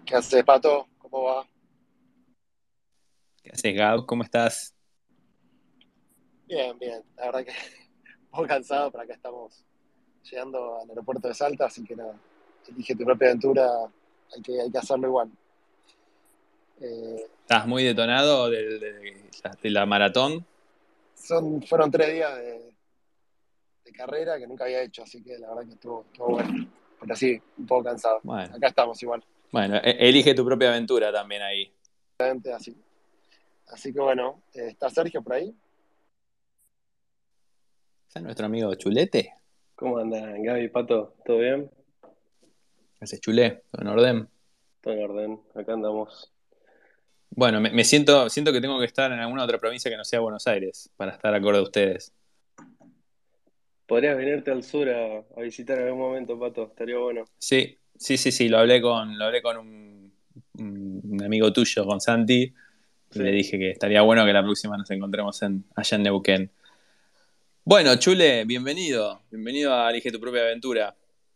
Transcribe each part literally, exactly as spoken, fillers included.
¿Qué haces, Pato? ¿Cómo va? ¿Qué haces, Gab? ¿Cómo estás? Bien, bien. La verdad que un poco cansado, pero acá estamos llegando al aeropuerto de Salta, así que nada, elige tu propia aventura, hay que, hay que hacerlo igual. Eh, ¿Estás muy detonado del- de, la, de la maratón? son, fueron tres días de, de carrera que nunca había hecho, así que la verdad que estuvo, estuvo bueno. Pero sí, un poco cansado. Bueno, Acá estamos igual, bueno, e- elige tu propia aventura también ahí. así. Así que bueno, eh, ¿está Sergio por ahí? ¿Está nuestro amigo Chulete? ¿Cómo andan, Gaby, Pato? ¿Todo bien? ¿Qué haces, Chulé? ¿Todo en orden? Todo en orden, acá andamos. Bueno, me, me siento, siento que tengo que estar en alguna otra provincia que no sea Buenos Aires para estar acorde a ustedes. ¿Podrías venirte al sur a, a visitar en algún momento, Pato? Estaría bueno. Sí, sí, sí, sí, lo hablé con, lo hablé con un, un amigo tuyo, con Santi, y Sí, le dije que estaría bueno que la próxima nos encontremos en, allá en Neuquén. Bueno, Chule, bienvenido. Bienvenido a Elige tu propia aventura.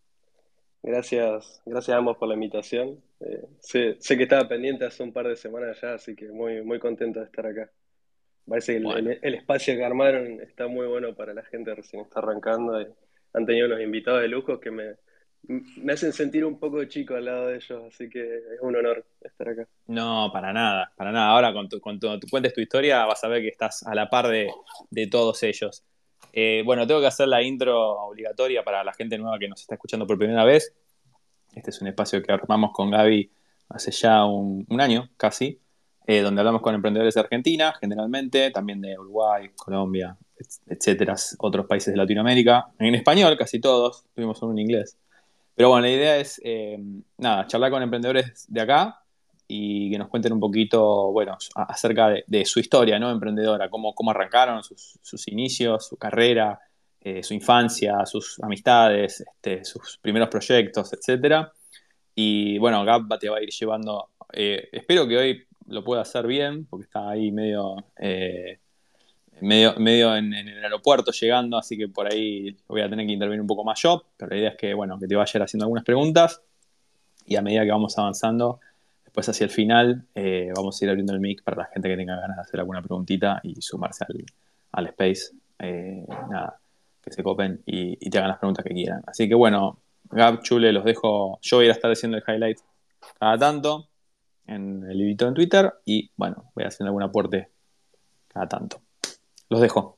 gracias, gracias a ambos por la invitación. Eh, sé, sé que estaba pendiente hace un par de semanas ya, así que muy, muy contento de estar acá. Parece que el, Bueno, el- el espacio que armaron está muy bueno para la gente que recién está arrancando. Y han tenido unos invitados de lujo que me, me hacen sentir un poco chico al lado de ellos, así que es un honor estar acá. no, para nada, para nada. Ahora, con tu, con tu, tu cuentes tu historia, vas a ver que estás a la par de, de todos ellos. Eh, bueno, tengo que hacer la intro obligatoria para la gente nueva que nos está escuchando por primera vez. Este es un espacio que armamos con Gaby hace ya un, un año, casi, eh, donde hablamos con emprendedores de Argentina, generalmente, también de Uruguay, Colombia, etcétera, otros países de Latinoamérica. En español, casi todos, tuvimos uno en inglés. Pero bueno, la idea es, eh, nada, charlar con emprendedores de acá y que nos cuenten un poquito, bueno, a- acerca de, de su historia, ¿no? Emprendedora, cómo, cómo arrancaron sus, sus inicios, su carrera, eh, su infancia, sus amistades, este, sus primeros proyectos, etcétera. Y bueno, Gab te va a ir llevando, eh, espero que hoy lo pueda hacer bien, porque está ahí medio... eh, medio, medio en, en el aeropuerto llegando, así que por ahí voy a tener que intervenir un poco más yo, pero la idea es que, bueno, que te vaya a ir haciendo algunas preguntas y a medida que vamos avanzando, después hacia el final, eh, vamos a ir abriendo el mic para la gente que tenga ganas de hacer alguna preguntita y sumarse al, al space. Eh, nada, que se copen y, y te hagan las preguntas que quieran. Así que bueno, Gab, Chule, los dejo. Yo voy a ir a estar haciendo el highlight cada tanto en el hilo en Twitter y bueno, voy haciendo algún aporte cada tanto. Los dejo.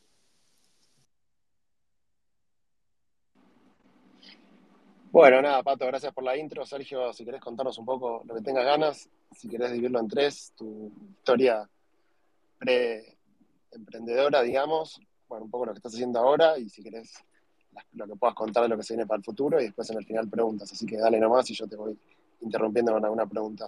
Bueno, nada, Pato, gracias por la intro. Sergio, si querés contarnos un poco lo que tengas ganas, si querés dividirlo en tres, tu historia pre-emprendedora, digamos, bueno, un poco lo que estás haciendo ahora y si querés las- lo que puedas contar de lo que se viene para el futuro y después en el final preguntas. Así que dale nomás y yo te voy interrumpiendo con alguna pregunta.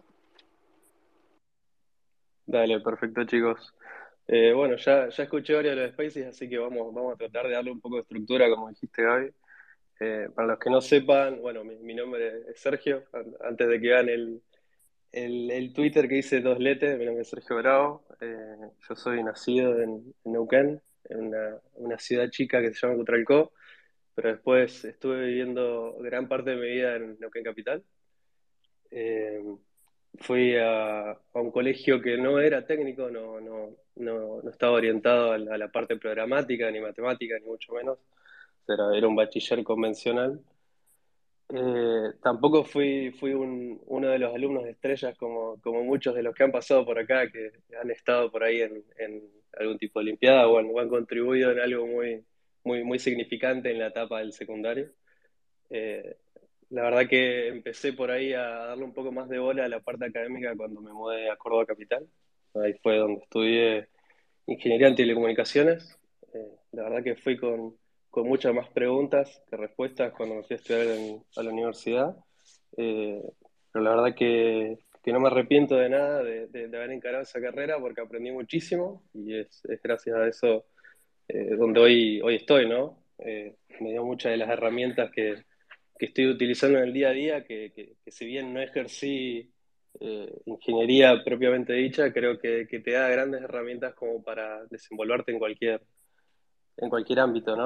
Dale, perfecto, chicos. Eh, bueno, ya, ya escuché varios de los Spaces, así que vamos, vamos a tratar de darle un poco de estructura, como dijiste, Gaby. Eh, para los que no sepan, bueno, mi, mi nombre es Sergio. An- Antes de que vean el, el, el Twitter que dice dos letes, mi nombre es Sergio Bravo. Eh, yo soy nacido en, en Neuquén, en una, una ciudad chica que se llama Cutralcó, pero después estuve viviendo gran parte de mi vida en Neuquén Capital. Eh, Fui a, a un colegio que no era técnico, no, no, no, no estaba orientado a la, a la parte programática, ni matemática, ni mucho menos. Era, era un bachiller convencional. Eh, tampoco fui, fui un- uno de los alumnos de estrellas como, como muchos de los que han pasado por acá, que han estado por ahí en, en algún tipo de olimpiada o han, o han contribuido en algo muy, muy, muy significante en la etapa del secundario. Eh, la verdad que empecé por ahí a darle un poco más de bola a la parte académica cuando me mudé a Córdoba Capital. Ahí fue donde estudié ingeniería en telecomunicaciones. Eh, la verdad que fui con, con muchas más preguntas que respuestas cuando me fui a estudiar en- a la universidad. Eh, pero la verdad que, que no me arrepiento de nada de, de- de haber encarado esa carrera porque aprendí muchísimo y es, es gracias a eso eh, donde hoy, hoy estoy, ¿no? Eh, me dio muchas de las herramientas que, que estoy utilizando en el día a día, que, que, que si bien no ejercí eh, ingeniería propiamente dicha, creo que, que te da grandes herramientas como para desenvolverte en cualquier, en cualquier ámbito, ¿no?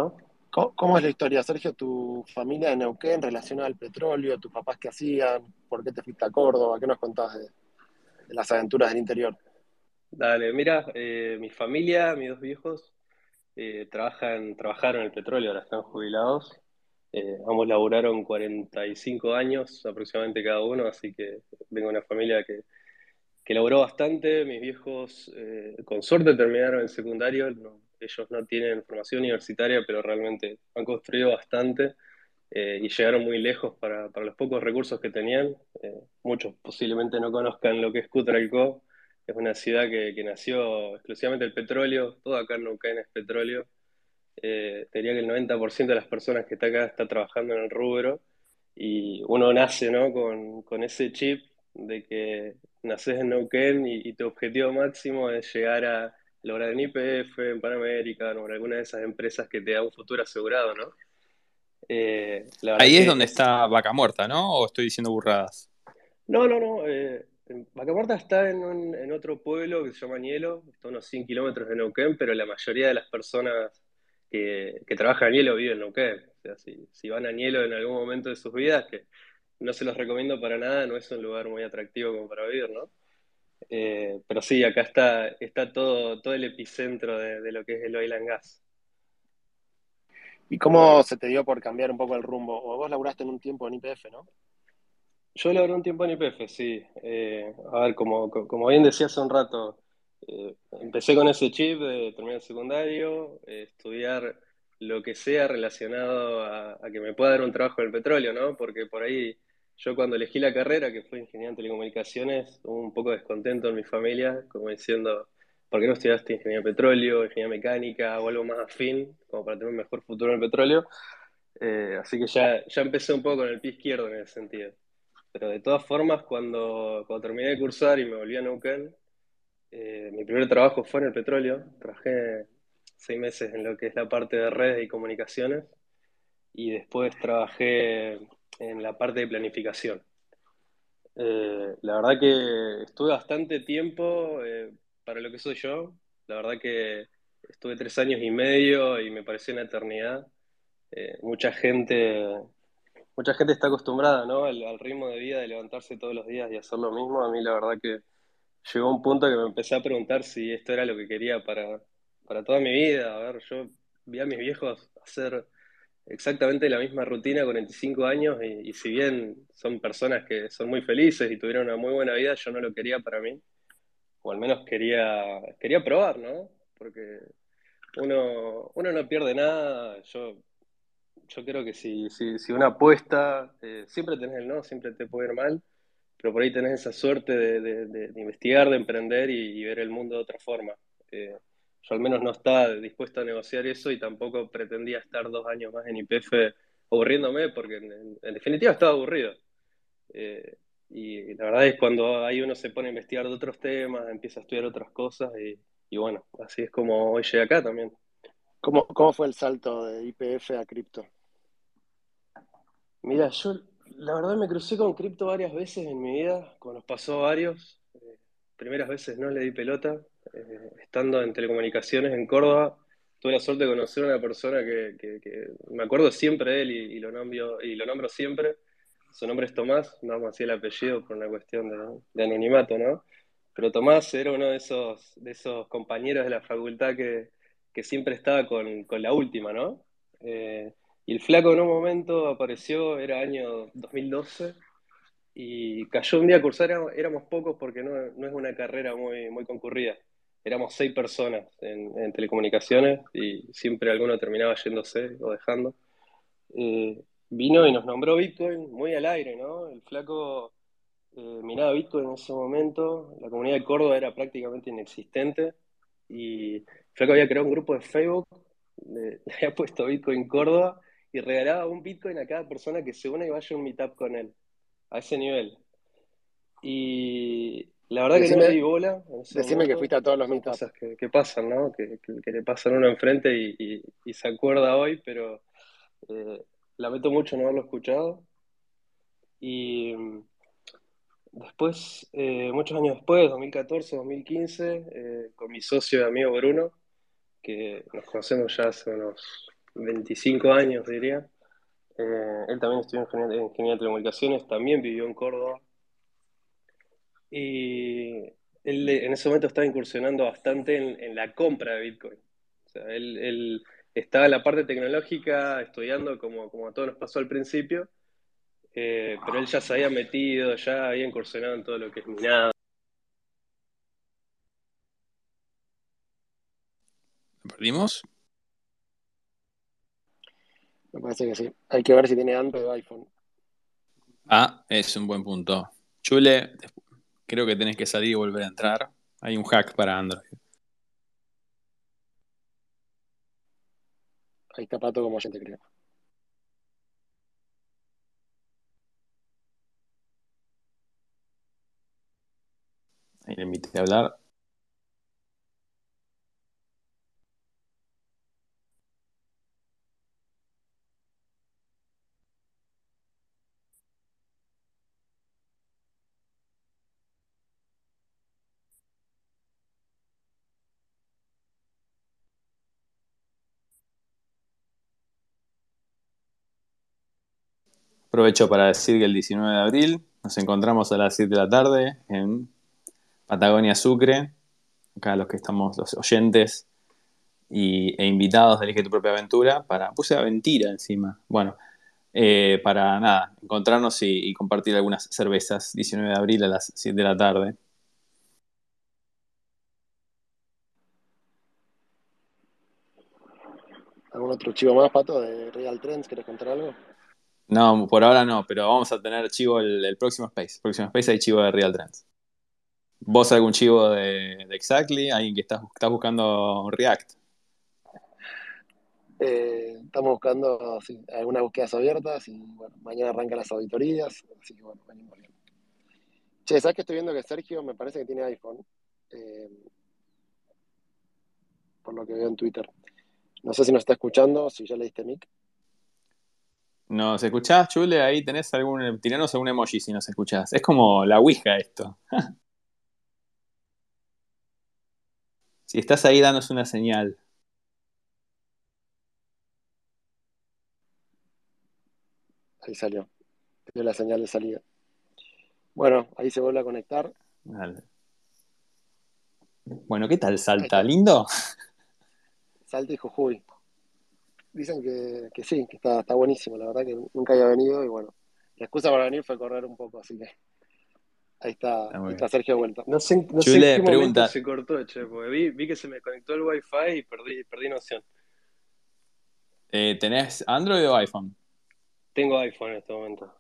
¿Cómo, cómo es la historia, Sergio? ¿Tu familia de Neuquén relacionada al petróleo? ¿Tus papás qué hacían? ¿Por qué te fuiste a Córdoba? ¿Qué nos contás de, de las aventuras del interior? Dale, mira, eh, mi familia, mis dos viejos, eh, trabajan, trabajaron en el petróleo, ahora están jubilados. Eh, ambos laburaron cuarenta y cinco años aproximadamente cada uno, así que vengo de una familia que, que laburó bastante. Mis viejos, eh, con suerte, terminaron el secundario. No- ellos no tienen formación universitaria, pero realmente han construido bastante, eh, y llegaron muy lejos para, para los pocos recursos que tenían. Eh, muchos posiblemente no conozcan lo que es Cutralcó. Es una ciudad que, que nació exclusivamente del petróleo. Todo acá en Neuquén es petróleo. Eh, te diría que el noventa por ciento de las personas que está acá está trabajando en el rubro, y uno nace, ¿no? con, con ese chip de que naces en Neuquén y, y tu objetivo máximo es llegar a lograr en Y P F, en Panamérica, o en alguna de esas empresas que te da un futuro asegurado, ¿no? Eh, la verdad Ahí es que donde es... está Vaca Muerta, ¿no? ¿O estoy diciendo burradas? No, no, no. Eh, Vaca Muerta está en, un- en otro pueblo que se llama Nielo, está a unos cien kilómetros de Neuquén, pero la mayoría de las personas que, que trabajan en Nielo viven en Neuquén. O sea, si, si van a Nielo en algún momento de sus vidas, que no se los recomiendo para nada, no es un lugar muy atractivo como para vivir, ¿no? Eh, pero sí, acá está, está todo, todo el epicentro de, de lo que es el oil and gas. ¿Y cómo se te dio por cambiar un poco el rumbo? O vos laburaste en un tiempo en Y P F, ¿no? Yo laburé un tiempo en Y P F, sí. Eh, a ver, como, co- como bien decía hace un rato, eh, empecé con ese chip de terminar el secundario, eh, estudiar lo que sea relacionado a, a que me pueda dar un trabajo en el petróleo, ¿no? Porque por ahí yo cuando elegí la carrera, que fue ingeniería en telecomunicaciones, hubo un poco de descontento en mi familia, como diciendo, ¿por qué no estudiaste ingeniería de petróleo, ingeniería mecánica o algo más afín, como para tener un mejor futuro en el petróleo? Eh, así que ya, ya empecé un poco con el pie izquierdo en ese sentido. Pero de todas formas, cuando, cuando terminé de cursar y me volví a Neuquén, eh, mi primer trabajo fue en el petróleo. Trabajé seis meses en lo que es la parte de redes y comunicaciones, y después trabajé en la parte de planificación. Eh, la verdad que estuve bastante tiempo, eh, para lo que soy yo. La verdad que estuve tres años y medio y me pareció una eternidad. Eh, mucha gente Mucha gente está acostumbrada, ¿no? Al, al ritmo de vida de levantarse todos los días y hacer lo mismo. A mí la verdad que llegó un punto que me empecé a preguntar si esto era lo que quería para, para toda mi vida. A ver, yo vi a mis viejos hacer exactamente la misma rutina, cuarenta y cinco años, y, y si bien son personas que son muy felices y tuvieron una muy buena vida, yo no lo quería para mí. O al menos quería, quería probar, ¿no? Porque uno, uno no pierde nada. Yo yo creo que si, si, si una apuesta, eh, siempre tenés el no, siempre te puede ir mal, pero por ahí tenés esa suerte de, de- de- de investigar, de emprender y, y ver el mundo de otra forma. Eh, yo al menos no estaba dispuesto a negociar eso, y tampoco pretendía estar dos años más en Y P F aburriéndome, porque en, en- en definitiva estaba aburrido. Eh, y la verdad es cuando ahí uno se pone a investigar de otros temas, empieza a estudiar otras cosas, y, y bueno, así es como hoy llegué acá también. ¿Cómo, cómo fue el salto de Y P F a cripto? Mira, yo la verdad me crucé con cripto varias veces en mi vida, como nos pasó a varios. Eh, primeras veces no le di pelota. Eh, estando en telecomunicaciones en Córdoba, tuve la suerte de conocer a una persona que, que- que me acuerdo siempre de él, y, y lo nombro, y lo nombro siempre. Su nombre es Tomás, no vamos a decir el apellido por una cuestión de, de anonimato, ¿no? Pero Tomás era uno de esos, de esos compañeros de la facultad que, que siempre estaba con, con la última, ¿no? Eh, y el flaco en un momento apareció, era año dos mil doce, y cayó un día a cursar. Éramos, éramos pocos porque no, no es una carrera muy, muy concurrida. Éramos seis personas en, en telecomunicaciones, y siempre alguno terminaba yéndose o dejando. Eh, Vino y nos nombró Bitcoin muy al aire, ¿no? El flaco, eh, miraba Bitcoin en ese momento. La comunidad de Córdoba era prácticamente inexistente, y el flaco había creado un grupo de Facebook, le, le había puesto Bitcoin Córdoba, y regalaba un Bitcoin a cada persona que se una y vaya a un meetup con él, a ese nivel. Y la verdad que no le Decime, di bola en ese decime que momento. fuiste a todos los Son meetups. cosas que, que pasan, ¿no? Que, que- que le pasan a uno enfrente, y, y- y se acuerda hoy, pero eh, lamento mucho no haberlo escuchado. Y mm, después, eh, muchos años después, dos mil catorce, dos mil quince, eh, con mi socio y amigo Bruno, que nos conocemos ya hace unos veinticinco años, diría. Eh, él también estudió ingeniería, ingeniería de telecomunicaciones, también vivió en Córdoba. Y él en ese momento estaba incursionando bastante en, en la compra de Bitcoin. O sea, él, él estaba en la parte tecnológica estudiando como, como a todos nos pasó al principio, eh, pero él ya se había metido, ya había incursionado en todo lo que es minado. ¿Lo perdimos? Me parece que sí. Hay que ver si tiene Android o iPhone. Ah, es un buen punto. Chule, creo que tenés que salir y volver a entrar. Hay un hack para Android. Ahí está Pato como oyente, creo. Ahí le invité a hablar. Aprovecho para decir que el diecinueve de abril nos encontramos a las siete de la tarde en Patagonia Sucre. Acá los que estamos, los oyentes y, e invitados de Elige tu propia aventura. Para, puse aventura encima. Bueno, eh, para nada, encontrarnos y, y compartir algunas cervezas. diecinueve de abril a las siete de la tarde. ¿Algún otro chivo más, Pato, de Real Trends? ¿Querés contar algo? No, por ahora no, pero vamos a tener chivo el, el próximo Space. El próximo Space hay chivo de Real Trends. ¿Vos algún chivo de, de Exactly? ¿Alguien que estás, estás buscando React? Eh, estamos buscando sí, algunas búsquedas abiertas y bueno, mañana arrancan las auditorías, así que bueno, venimos bien. Che, ¿sabes que estoy viendo que Sergio me parece que tiene iPhone? Eh, por lo que veo en Twitter. No sé si nos está escuchando, si ya le diste mic. ¿Nos escuchás, Chule? Ahí tenés algún. Tiranos algún emoji si nos escuchás. Es como la Ouija esto. Si estás ahí, danos una señal. Ahí salió, dio la señal de salida. Bueno, ahí se vuelve a conectar. Dale. Bueno, ¿qué tal Ahí Salta? está, ¿Lindo? Salta y Jujuy. Dicen que, que sí, que está, está buenísimo, la verdad que nunca había venido y bueno, la excusa para venir fue correr un poco, así que ahí está, Está ahí muy está bien. Sergio de vuelta. No sé, en- no sé en Chule, qué momento pregunta. se cortó, che, porque vi, vi que se me conectó el Wi-Fi y perdí, perdí noción. eh, ¿tenés Android o iPhone? Tengo iPhone en este momento.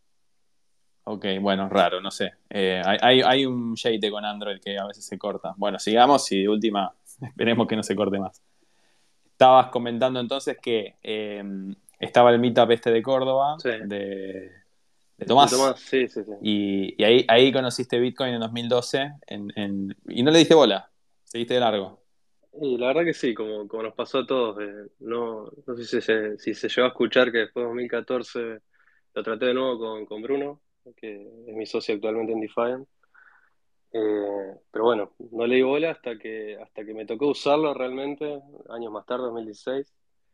Ok, bueno, raro, no sé. Eh, hay, hay, hay un shade con Android que a veces se corta. Bueno, sigamos y de última, esperemos que no se corte más. Estabas comentando entonces que eh, estaba el meetup este de Córdoba, Sí, de, de de Tomás, Tomás, sí, sí, sí. y, y ahí, ahí conociste Bitcoin en dos mil doce en, en- y no le diste bola, seguiste de largo. Y la verdad que sí, como, como nos pasó a todos. eh, no, no sé si se, si se llegó a escuchar que después de dos mil catorce lo traté de nuevo con, con Bruno, que es mi socio actualmente en Defiant. Eh, pero bueno, no le di bola hasta que, hasta que me tocó usarlo realmente, años más tarde, dos mil dieciséis.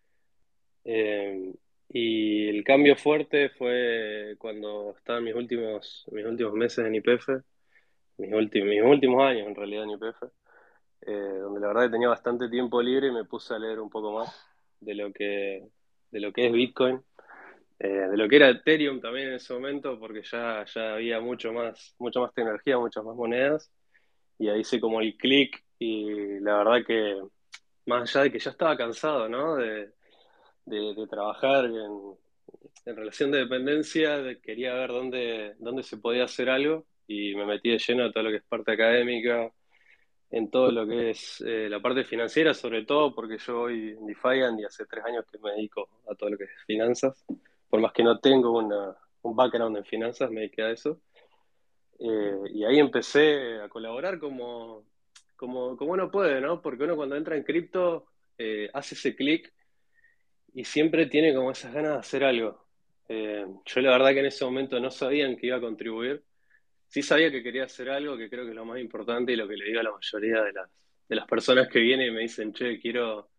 Eh, y el cambio fuerte fue cuando estaba en mis últimos, mis últimos meses en Y P F, mis últimos, mis últimos años en realidad en Y P F, eh, donde la verdad que tenía bastante tiempo libre y me puse a leer un poco más de lo que, de lo que es Bitcoin, eh, de lo que era Ethereum también en ese momento, porque ya, ya había mucho más, mucha más tecnología, muchas más monedas, y ahí hice como el clic y la verdad que más allá de que ya estaba cansado, ¿no? De, de, de trabajar en, en relación de dependencia, de- quería ver dónde, dónde se podía hacer algo y me metí de lleno a todo lo que es parte académica, en todo lo que es eh, la parte financiera, sobre todo porque yo voy en Defiant y hace tres años que me dedico a todo lo que es finanzas. Por más que no tengo una, un background en finanzas, me dediqué a eso. Eh, y ahí empecé a colaborar como, como, como uno puede, ¿no? Porque uno cuando entra en cripto eh, hace ese clic y siempre tiene como esas ganas de hacer algo. Eh, yo la verdad que en ese momento no sabía en qué iba a contribuir. Sí sabía que quería hacer algo, que creo que es lo más importante y lo que le digo a la mayoría de las, de las personas que vienen y me dicen, che, quiero,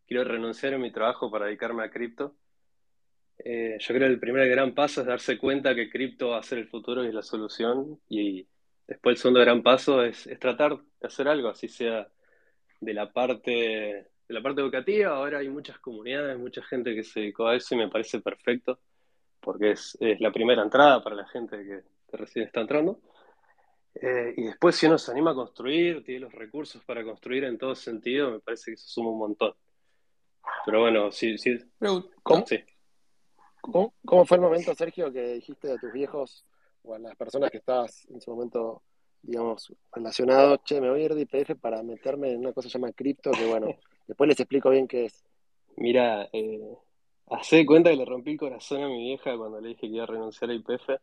quiero renunciar a mi trabajo para dedicarme a cripto. Eh, yo creo que el primer gran paso es darse cuenta que cripto va a ser el futuro y es la solución. Y después el segundo gran paso es, es tratar de hacer algo, así sea de la parte, de la parte educativa. Ahora hay muchas comunidades, mucha gente que se dedicó a eso y me parece perfecto, porque es, es la primera entrada para la gente que, que recién está entrando. Eh, y después si uno se anima a construir, tiene los recursos para construir en todo sentido, me parece que eso suma un montón. Pero bueno, sí, sí, Pero, ¿Cómo, sí. cómo, cómo fue el momento, Sergio, que dijiste de tus viejos o a las personas que estabas en su momento, digamos, relacionado, che, me voy a ir de I P F para meterme en una cosa que se llama cripto, que bueno, después les explico bien qué es. Mira, eh, hacé de cuenta que le rompí el corazón a mi vieja cuando le dije que iba a renunciar a Y P F.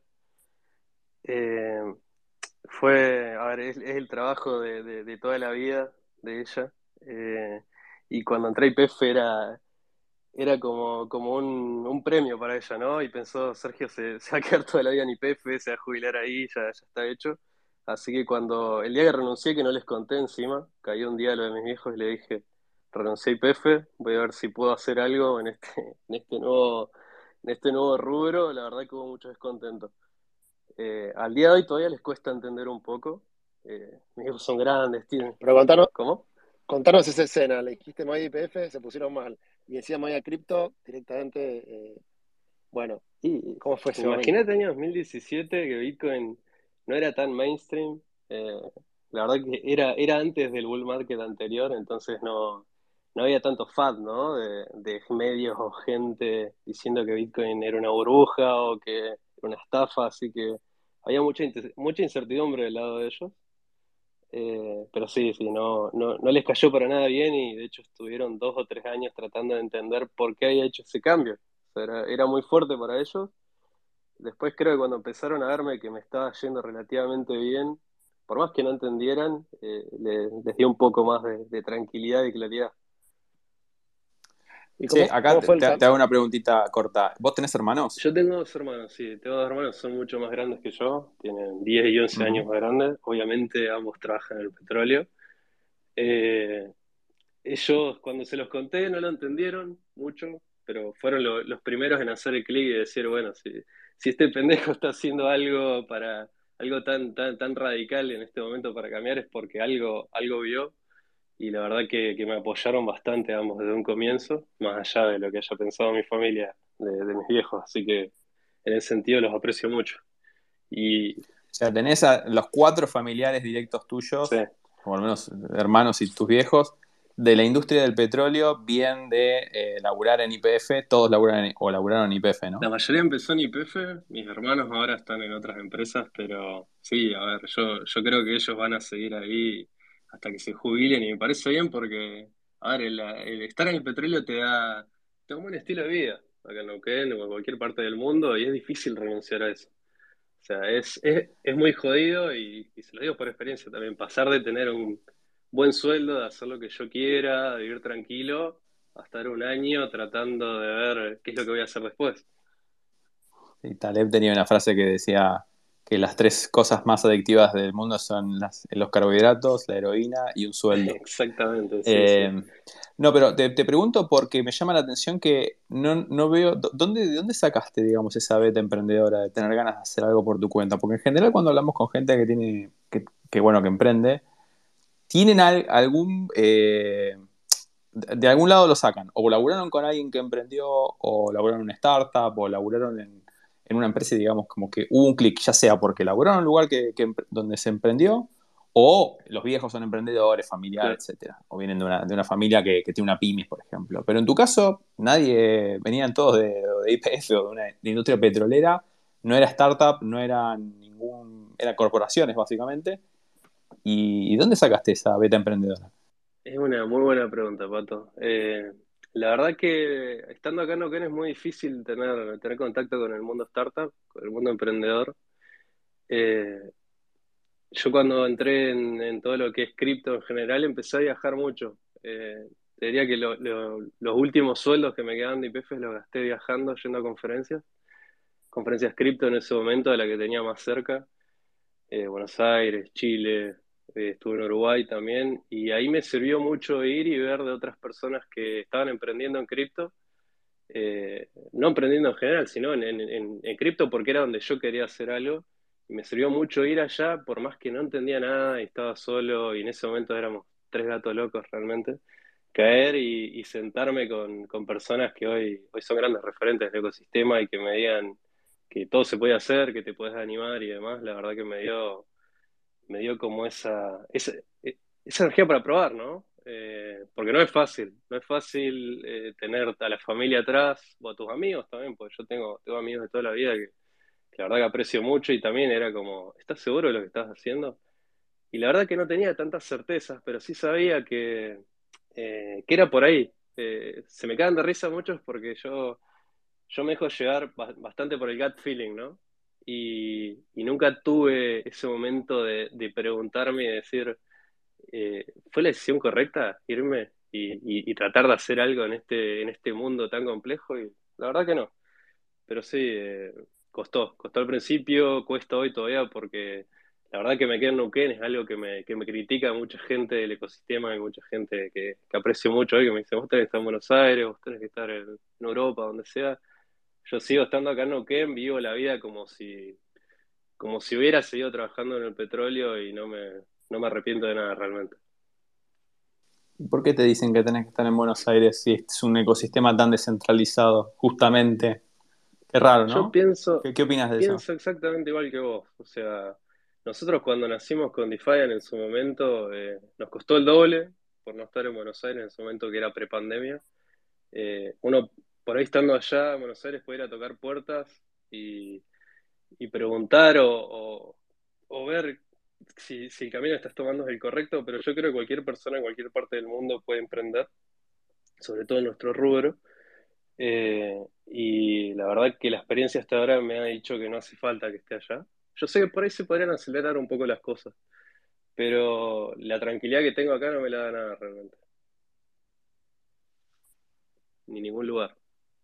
Eh, fue, a ver, es, es el trabajo de, de- de toda la vida de ella. Eh, y cuando entré a Y P F era, era como, como un, un premio para ella, ¿no? Y pensó, Sergio se, se va a quedar toda la vida en Y P F, se va a jubilar ahí, ya, ya está hecho. Así que cuando, el día que renuncié, que no les conté encima, cayó un día lo de mis viejos y le dije, renuncié a Y P F, voy a ver si puedo hacer algo en este, en este nuevo, en este nuevo rubro. La verdad que hubo mucho descontento. Eh, al día de hoy todavía les cuesta entender un poco. Eh, mis hijos son grandes, tienen... Pero contanos, ¿Cómo? contanos esa escena, le dijiste me voy a I P F, se pusieron mal, y decía me voy a cripto, directamente, eh, bueno, Y ¿cómo fue ese momento? imagínate año dos mil diecisiete que Bitcoin no era tan mainstream. Eh, la verdad que era, era antes del bull market anterior, entonces no, no había tanto F A D, ¿no? De, de medios o gente diciendo que Bitcoin era una burbuja o que era una estafa, así que había mucha, ince- mucha incertidumbre del lado de ellos. Eh, pero sí, sí, no, no, no les cayó para nada bien y de hecho estuvieron dos o tres años tratando de entender por qué había hecho ese cambio. O sea, era, era muy fuerte para ellos. Después creo que cuando empezaron a verme que me estaba yendo relativamente bien, por más que no entendieran, eh, le- les dio un poco más de, de tranquilidad y claridad. ¿Y che, cómo, acá cómo te, fue el te- te cambio? hago una preguntita corta. ¿Vos tenés hermanos? Yo tengo dos hermanos, sí, tengo dos hermanos, son mucho más grandes que yo, tienen diez y once años Ujú. más grandes, obviamente ambos trabajan en el petróleo. Eh, Ellos, cuando se los conté, no lo entendieron mucho, pero fueron lo- los primeros en hacer el clic y decir, bueno, si, si este pendejo está haciendo algo para algo tan, tan, tan radical en este momento para cambiar es porque algo, algo vio. Y la verdad que, que me apoyaron bastante ambos desde un comienzo, más allá de lo que haya pensado mi familia, de, de mis viejos. Así que en ese sentido los aprecio mucho. Y O sea, tenés a los cuatro familiares directos sí, tuyos, o al menos hermanos y tus viejos, de la industria del petróleo, bien de eh, laburar en Y P F, todos laburan en- o laburaron en Y P F, la ¿no? mayoría empezó en Y P F, mis hermanos ahora están en otras empresas, pero sí, a ver, yo, yo creo que ellos van a seguir ahí hasta que se jubilen y me parece bien porque, a ver, el, el estar en el petróleo te da, te da un buen estilo de vida, acá en Neuquén o en cualquier parte del mundo, y es difícil renunciar a eso. O sea, es, es, es muy jodido y, y se lo digo por experiencia también, pasar de tener un buen sueldo, de hacer lo que yo quiera, de vivir tranquilo, a estar un año tratando de ver qué es lo que voy a hacer después. Y Taleb tenía una frase que decía que las tres cosas más adictivas del mundo son las- los carbohidratos, la heroína y un sueldo. Exactamente, sí, sí. Eh, no, pero te, te pregunto porque me llama la atención que no, no veo, ¿dó- ¿dónde, ¿de dónde sacaste, digamos, esa beta emprendedora de tener ganas de hacer algo por tu cuenta? Porque en general cuando hablamos con gente que tiene, que, que, bueno, que emprende, tienen al- algún, eh, de, de algún lado lo sacan, o laburaron con alguien que emprendió, o laburaron en una startup, o laburaron en, en una empresa y digamos como que hubo un clic, ya sea porque laburaron en un lugar que, que empre- donde se emprendió, o los viejos son emprendedores, familiares, Claro. etcétera. O vienen de una, de una familia que, que tiene una pyme, por ejemplo. Pero en tu caso, nadie, venían todos de, de I P F o de una de industria petrolera, no era startup, no eran ningún, eran corporaciones básicamente. ¿Y, y dónde sacaste esa beta emprendedora? Es una muy buena pregunta, Pato. Eh, la verdad que estando acá en Neuquén es muy difícil tener, tener contacto con el mundo startup, con el mundo emprendedor. Eh, yo cuando entré en, en todo lo que es cripto en general empecé a viajar mucho. Eh, te diría que lo- lo- los últimos sueldos que me quedaban de Y P F los gasté viajando, yendo a conferencias. Conferencias cripto en ese momento, de la que tenía más cerca. Eh, Buenos Aires, Chile, eh, estuve en Uruguay también, y ahí me sirvió mucho ir y ver de otras personas que estaban emprendiendo en cripto, eh, no emprendiendo en general, sino en, en, en, en cripto porque era donde yo quería hacer algo, y me sirvió mucho ir allá, por más que no entendía nada y estaba solo, y en ese momento éramos tres gatos locos realmente, caer y, y sentarme con, con personas que hoy, hoy son grandes referentes del ecosistema y que me digan que todo se puede hacer, que te puedes animar y demás, la verdad que me dio me dio como esa, esa, esa energía para probar, ¿no? Eh, porque no es fácil, no es fácil eh, tener a la familia atrás, o a tus amigos también, porque yo tengo, tengo amigos de toda la vida que, que la verdad que aprecio mucho y también era como, ¿estás seguro de lo que estás haciendo? Y la verdad que no tenía tantas certezas, pero sí sabía que, eh, que era por ahí. Eh, se me caen de risa muchos porque yo yo me dejo llevar ba- bastante por el gut feeling, ¿no? Y, y nunca tuve ese momento de, de preguntarme y decir, eh, ¿fue la decisión correcta irme y, y- y tratar de hacer algo en este, en este mundo tan complejo? Y la verdad que no. Pero sí, eh, costó, costó al principio, cuesta hoy todavía porque la verdad que me quedé en Neuquén es algo que me, que me critica mucha gente del ecosistema y mucha gente que, que aprecio mucho hoy, que me dice, vos tenés que estar en Buenos Aires, vos tenés que estar en, en Europa, donde sea. Yo sigo estando acá en Neuquén, vivo la vida como si, como si hubiera seguido trabajando en el petróleo y no me, no me arrepiento de nada realmente. ¿Por qué te dicen que tenés que estar en Buenos Aires si es un ecosistema tan descentralizado? Justamente. Qué raro, Yo ¿no? pienso, ¿Qué, qué opinas de eso? pienso exactamente igual que vos. O sea, nosotros cuando nacimos con Defiant en su momento, eh, nos costó el doble por no estar en Buenos Aires en su momento que era prepandemia. Eh, uno por ahí estando allá en Buenos Aires puede ir a tocar puertas y, y preguntar o, o- o ver si, si el camino que estás tomando es el correcto, pero yo creo que cualquier persona en cualquier parte del mundo puede emprender, sobre todo en nuestro rubro. Eh, y la verdad que la experiencia hasta ahora me ha dicho que no hace falta que esté allá. Yo sé que por ahí se podrían acelerar un poco las cosas, pero la tranquilidad que tengo acá no me la da nada realmente, ni ningún lugar.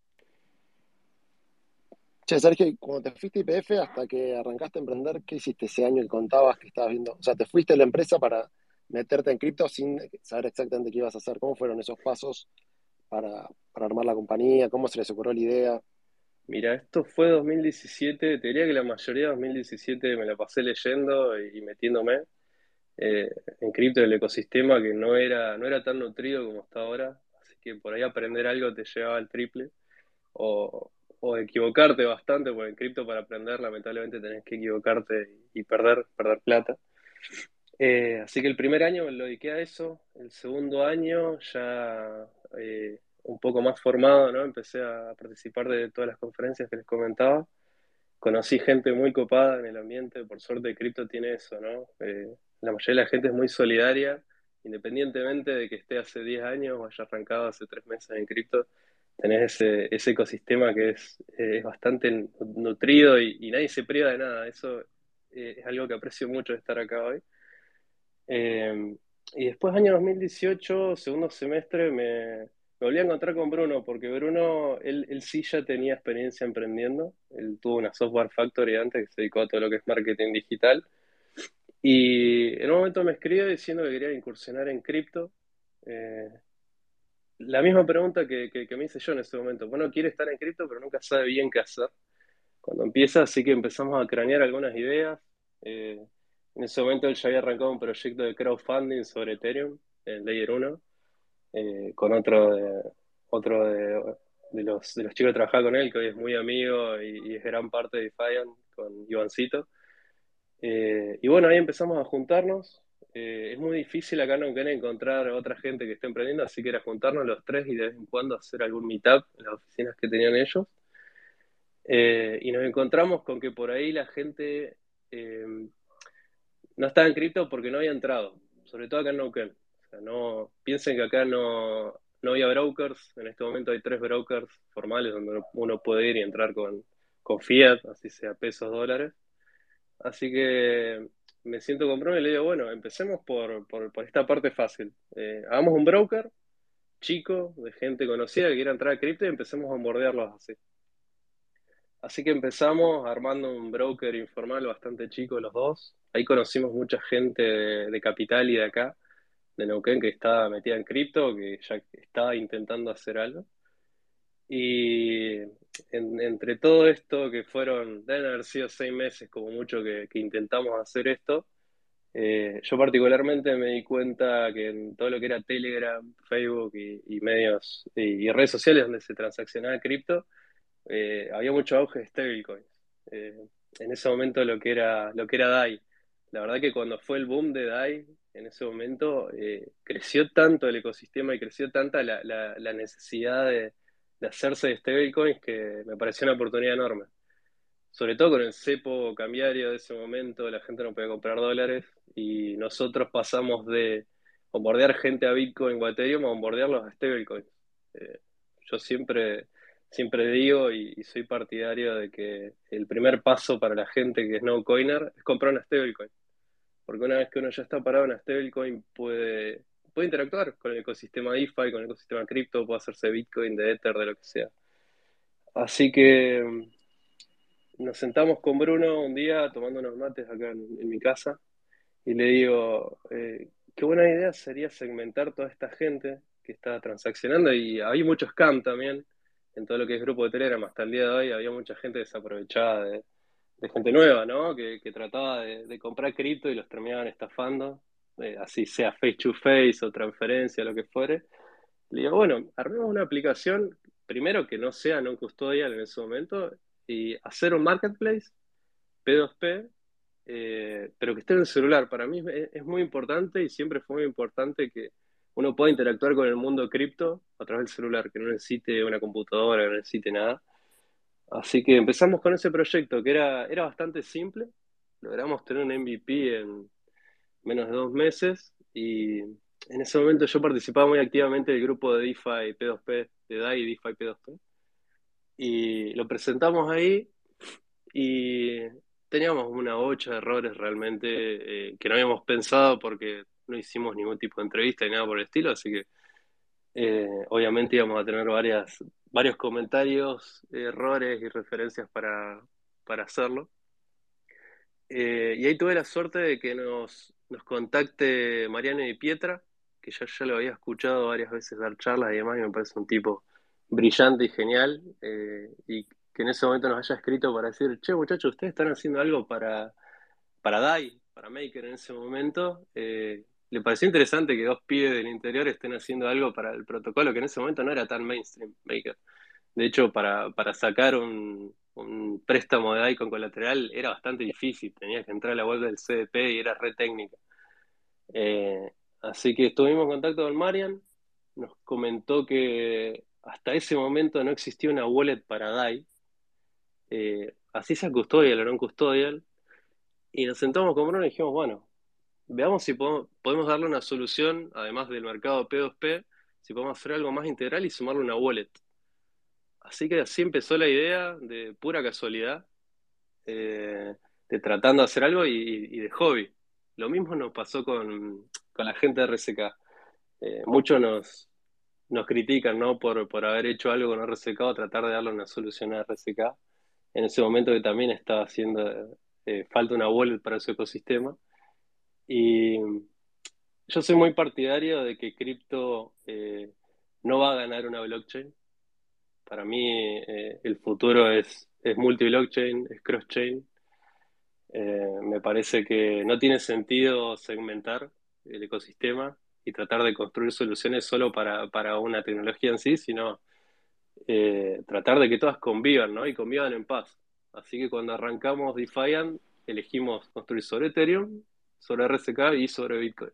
Che, Sergio, y cuando te fuiste a Y P F hasta que arrancaste a emprender, ¿qué hiciste ese año que contabas que estabas viendo? O sea, ¿te fuiste a la empresa para meterte en cripto sin saber exactamente qué ibas a hacer? ¿Cómo fueron esos pasos para, para armar la compañía? ¿Cómo se les ocurrió la idea? Mira, esto fue dos mil diecisiete, te diría que la mayoría de dos mil diecisiete me la pasé leyendo y, y metiéndome eh, en cripto del ecosistema que no era, no era tan nutrido como está ahora, así que por ahí aprender algo te llevaba al triple, o, o equivocarte bastante, porque en cripto para aprender lamentablemente tenés que equivocarte y, y perder, perder plata. Eh, así que el primer año me lo dediqué a eso, el segundo año ya eh, un poco más formado, ¿no? Empecé a participar de todas las conferencias que les comentaba. Conocí gente muy copada en el ambiente, por suerte cripto tiene eso, ¿no? Eh, la mayoría de la gente es muy solidaria, independientemente de que esté hace diez años o haya arrancado hace tres meses en cripto, tenés ese, ese ecosistema que es, eh, es bastante nutrido y, y nadie se priva de nada. Eso eh, es algo que aprecio mucho de estar acá hoy. Eh, y después, año dos mil dieciocho, segundo semestre, me, me volví a encontrar con Bruno, porque Bruno, él, él sí ya tenía experiencia emprendiendo. Él tuvo una software factory antes que se dedicó a todo lo que es marketing digital. Y en un momento me escribió diciendo que quería incursionar en cripto. Eh, la misma pregunta que, que, que me hice yo en ese momento. Bueno, quiere estar en cripto, pero nunca sabe bien qué hacer cuando empieza, así que empezamos a cranear algunas ideas. Eh, en ese momento él ya había arrancado un proyecto de crowdfunding sobre Ethereum, el Layer uno, eh, con otro de, otro de, de los, de los chicos que trabajaba con él, que hoy es muy amigo y, y es gran parte de Defiant, con Ivancito. Eh, y bueno, ahí empezamos a juntarnos. Eh, es muy difícil acá en Neuquén encontrar otra gente que esté emprendiendo, así que era juntarnos los tres y de vez en cuando hacer algún meetup en las oficinas que tenían ellos. Eh, y nos encontramos con que por ahí la gente eh, no estaba en cripto porque no había entrado, sobre todo acá en Neuquén. O sea, no, piensen que acá no, no había brokers, en este momento hay tres brokers formales donde uno, uno puede ir y entrar con, con fiat, así sea pesos, dólares. Así que me siento con Bruno y le digo, bueno, empecemos por, por, por esta parte fácil. Eh, hagamos un broker chico, de gente conocida que quiera entrar a cripto y empecemos a bordearlos así. Así que empezamos armando un broker informal bastante chico los dos, ahí conocimos mucha gente de, de Capital y de acá, de Neuquén, que estaba metida en cripto, que ya estaba intentando hacer algo. Y en- entre todo esto, que fueron, deben haber sido seis meses como mucho que, que intentamos hacer esto, eh, yo particularmente me di cuenta que en todo lo que era Telegram, Facebook y, y medios y, y redes sociales donde se transaccionaba cripto, eh, había mucho auge de stablecoins. Eh, en ese momento lo que era, lo que era D A I. La verdad que cuando fue el boom de D A I, en ese momento eh, creció tanto el ecosistema y creció tanta la, la, la necesidad de, de hacerse de stablecoins que me pareció una oportunidad enorme. Sobre todo con el cepo cambiario de ese momento, la gente no podía comprar dólares y nosotros pasamos de bombardear gente a Bitcoin o a Ethereum a bombardearlos a stablecoins. Eh, yo siempre, siempre digo y, y soy partidario de que el primer paso para la gente que es no coiner es comprar una stablecoin. Porque una vez que uno ya está parado en una stablecoin puede, puede interactuar con el ecosistema DeFi, con el ecosistema cripto, puede hacerse Bitcoin, de Ether, de lo que sea. Así que nos sentamos con Bruno un día tomando unos mates acá en, en mi casa y le digo, eh, qué buena idea sería segmentar toda esta gente que está transaccionando y hay mucho scam también en todo lo que es grupo de Telegram. Hasta el día de hoy había mucha gente desaprovechada de, de gente nueva, ¿no? Que, que trataba de, de comprar cripto y los terminaban estafando, eh, así sea face to face o transferencia, lo que fuere. Le digo, bueno, armemos una aplicación, primero que no sea no custodial en ese momento, y hacer un marketplace P dos P, eh, pero que esté en el celular. Para mí es, es muy importante y siempre fue muy importante que uno pueda interactuar con el mundo cripto a través del celular, que no necesite una computadora, que no necesite nada. Así que empezamos con ese proyecto que era, era bastante simple. Logramos tener un M V P en menos de dos meses y en ese momento yo participaba muy activamente del grupo de DeFi P dos P, de D A I DeFi P dos P. Y lo presentamos ahí y teníamos una bocha de errores realmente eh, que no habíamos pensado porque no hicimos ningún tipo de entrevista ni nada por el estilo, así que eh, obviamente íbamos a tener varias, varios comentarios, errores y referencias para, para hacerlo. Eh, y ahí tuve la suerte de que nos, nos contacte Mariano y Pietra, que yo ya lo había escuchado varias veces dar charlas y demás, y me parece un tipo brillante y genial, eh, y que en ese momento nos haya escrito para decir, che, muchachos, ustedes están haciendo algo para, para D A I, para Maker en ese momento. Eh, le pareció interesante que dos pibes del interior estén haciendo algo para el protocolo, que en ese momento no era tan mainstream, Maker. De hecho, para, para sacar un, un préstamo de D A I con colateral era bastante difícil, tenías que entrar a la web del C D P y era re técnica. Eh, Así que estuvimos en contacto con Marian, nos comentó que hasta ese momento no existía una wallet para D A I, eh, así sea custodial o no custodial, y nos sentamos con Bruno y dijimos, bueno, veamos si podemos, podemos darle una solución, además del mercado P dos P, si podemos hacer algo más integral y sumarle una wallet. Así que así empezó la idea de pura casualidad, eh, de tratando de hacer algo y, y de hobby. Lo mismo nos pasó con, con la gente de R C K. Eh, muchos nos, nos critican, ¿no? por, por haber hecho algo con R C K o tratar de darle una solución a R C K. En ese momento que también estaba haciendo eh, falta una wallet para su ecosistema. Y yo soy muy partidario de que cripto eh, no va a ganar una blockchain. Para mí eh, el futuro es, es multi-blockchain, es cross-chain. Eh, me parece que no tiene sentido segmentar el ecosistema y tratar de construir soluciones solo para, para una tecnología en sí, sino eh, tratar de que todas convivan, ¿no? Y convivan en paz. Así que cuando arrancamos Defiant, elegimos construir sobre Ethereum, sobre R C K y sobre Bitcoin.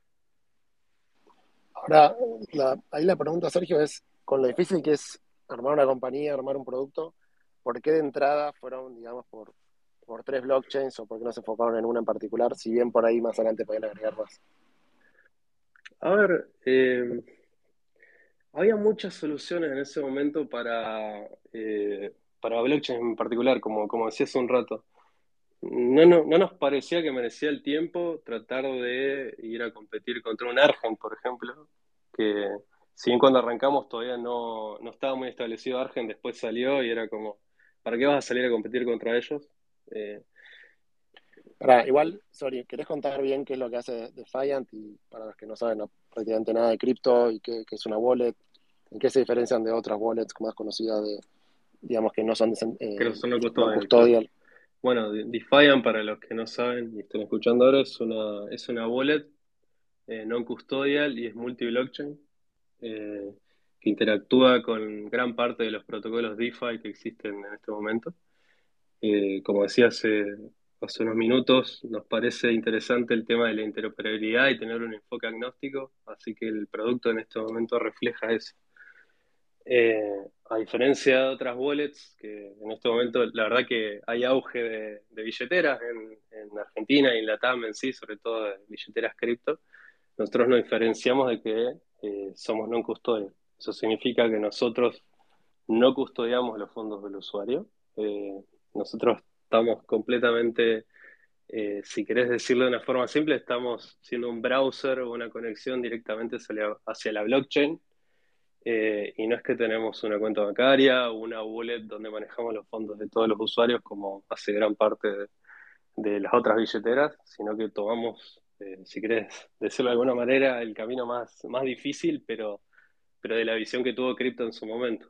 Ahora, la- ahí la pregunta, Sergio, es, con lo difícil que es armar una compañía, armar un producto, ¿por qué de entrada fueron, digamos, por, por tres blockchains o por qué no se enfocaron en una en particular, si bien por ahí más adelante pueden agregar más? A ver, eh, había muchas soluciones en ese momento para, eh, para blockchain en particular, como, como decía hace un rato. No, no, no nos parecía que merecía el tiempo tratar de ir a competir contra un Argent, por ejemplo, que si bien cuando arrancamos todavía no, no estaba muy establecido Argent, después salió y era como, ¿para qué vas a salir a competir contra ellos? Eh, Pará, igual, sorry, ¿querés contar bien qué es lo que hace Defiant? Y para los que no saben no, prácticamente nada de cripto y qué, qué es una wallet, en qué se diferencian de otras wallets más conocidas de, digamos, que no son de, Creo que eh, son no custodial, claro. non-custodial. Bueno, De- Defiant, para los que no saben y están escuchando ahora, es una, es una wallet eh, non-custodial y es multi-blockchain, eh, que interactúa con gran parte de los protocolos DeFi que existen en este momento. Eh, como decía hace, hace unos minutos, nos parece interesante el tema de la interoperabilidad y tener un enfoque agnóstico, así que el producto en este momento refleja eso. Eh, a diferencia de otras wallets, que en este momento la verdad que hay auge de, de billeteras en, en Argentina y en Latam en sí, sobre todo de billeteras cripto, nosotros nos diferenciamos de que eh, somos non custodial. Eso significa que nosotros no custodiamos los fondos del usuario. Eh, nosotros estamos completamente, eh, si querés decirlo de una forma simple, estamos siendo un browser o una conexión directamente hacia la, hacia la blockchain. Eh, y no es que tenemos una cuenta bancaria o una wallet donde manejamos los fondos de todos los usuarios como hace gran parte de, de las otras billeteras, sino que tomamos, eh, si querés decirlo de alguna manera, el camino más, más difícil, pero, pero de la visión que tuvo cripto en su momento.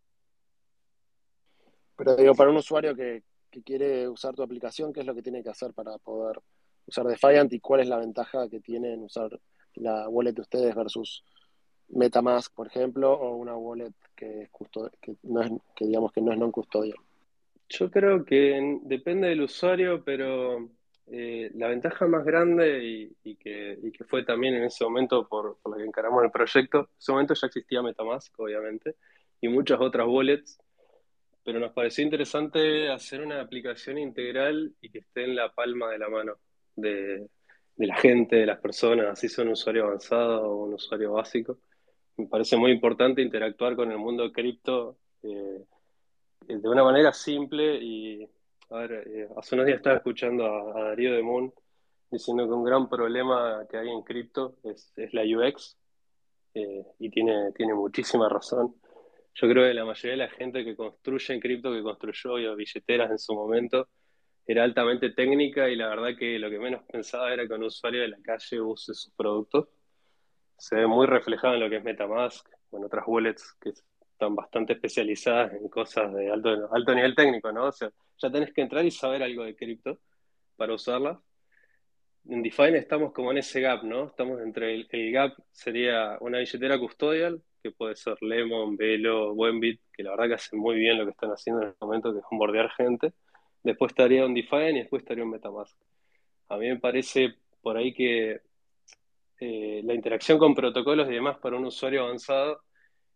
Pero digo, para un usuario que, que quiere usar tu aplicación, ¿qué es lo que tiene que hacer para poder usar Defiant y cuál es la ventaja que tiene en usar la wallet de ustedes versus MetaMask, por ejemplo, o una wallet que es custo- que no es, que digamos que no es non custodial? Yo creo que en- depende del usuario, pero eh, la ventaja más grande y, y que, y que fue también en ese momento por, por la que encaramos el proyecto, en ese momento ya existía MetaMask, obviamente, y muchas otras wallets, pero nos pareció interesante hacer una aplicación integral y que esté en la palma de la mano de, de la gente, de las personas, así sea un usuario avanzado o un usuario básico. Me parece muy importante interactuar con el mundo cripto eh, de una manera simple y, a ver, eh, hace unos días estaba escuchando a, a Darío de Moon diciendo que un gran problema que hay en cripto es, es la U X, eh, y tiene, tiene muchísima razón. Yo creo que la mayoría de la gente que construye en cripto, que construyó yo, billeteras en su momento, era altamente técnica y la verdad que lo que menos pensaba era que un usuario de la calle use sus productos. Se ve muy reflejado en lo que es MetaMask o en otras wallets que están bastante especializadas en cosas de alto, alto nivel técnico, ¿no? O sea, ya tenés que entrar y saber algo de cripto para usarlas. En Define estamos como en ese gap, ¿no? Estamos entre el, el gap sería una billetera custodial, que puede ser Lemon, Velo, Buenbit, que la verdad que hacen muy bien lo que están haciendo en el momento, que es bombardear gente. Después estaría un Define y después estaría un MetaMask. A mí me parece por ahí que eh, la interacción con protocolos y demás para un usuario avanzado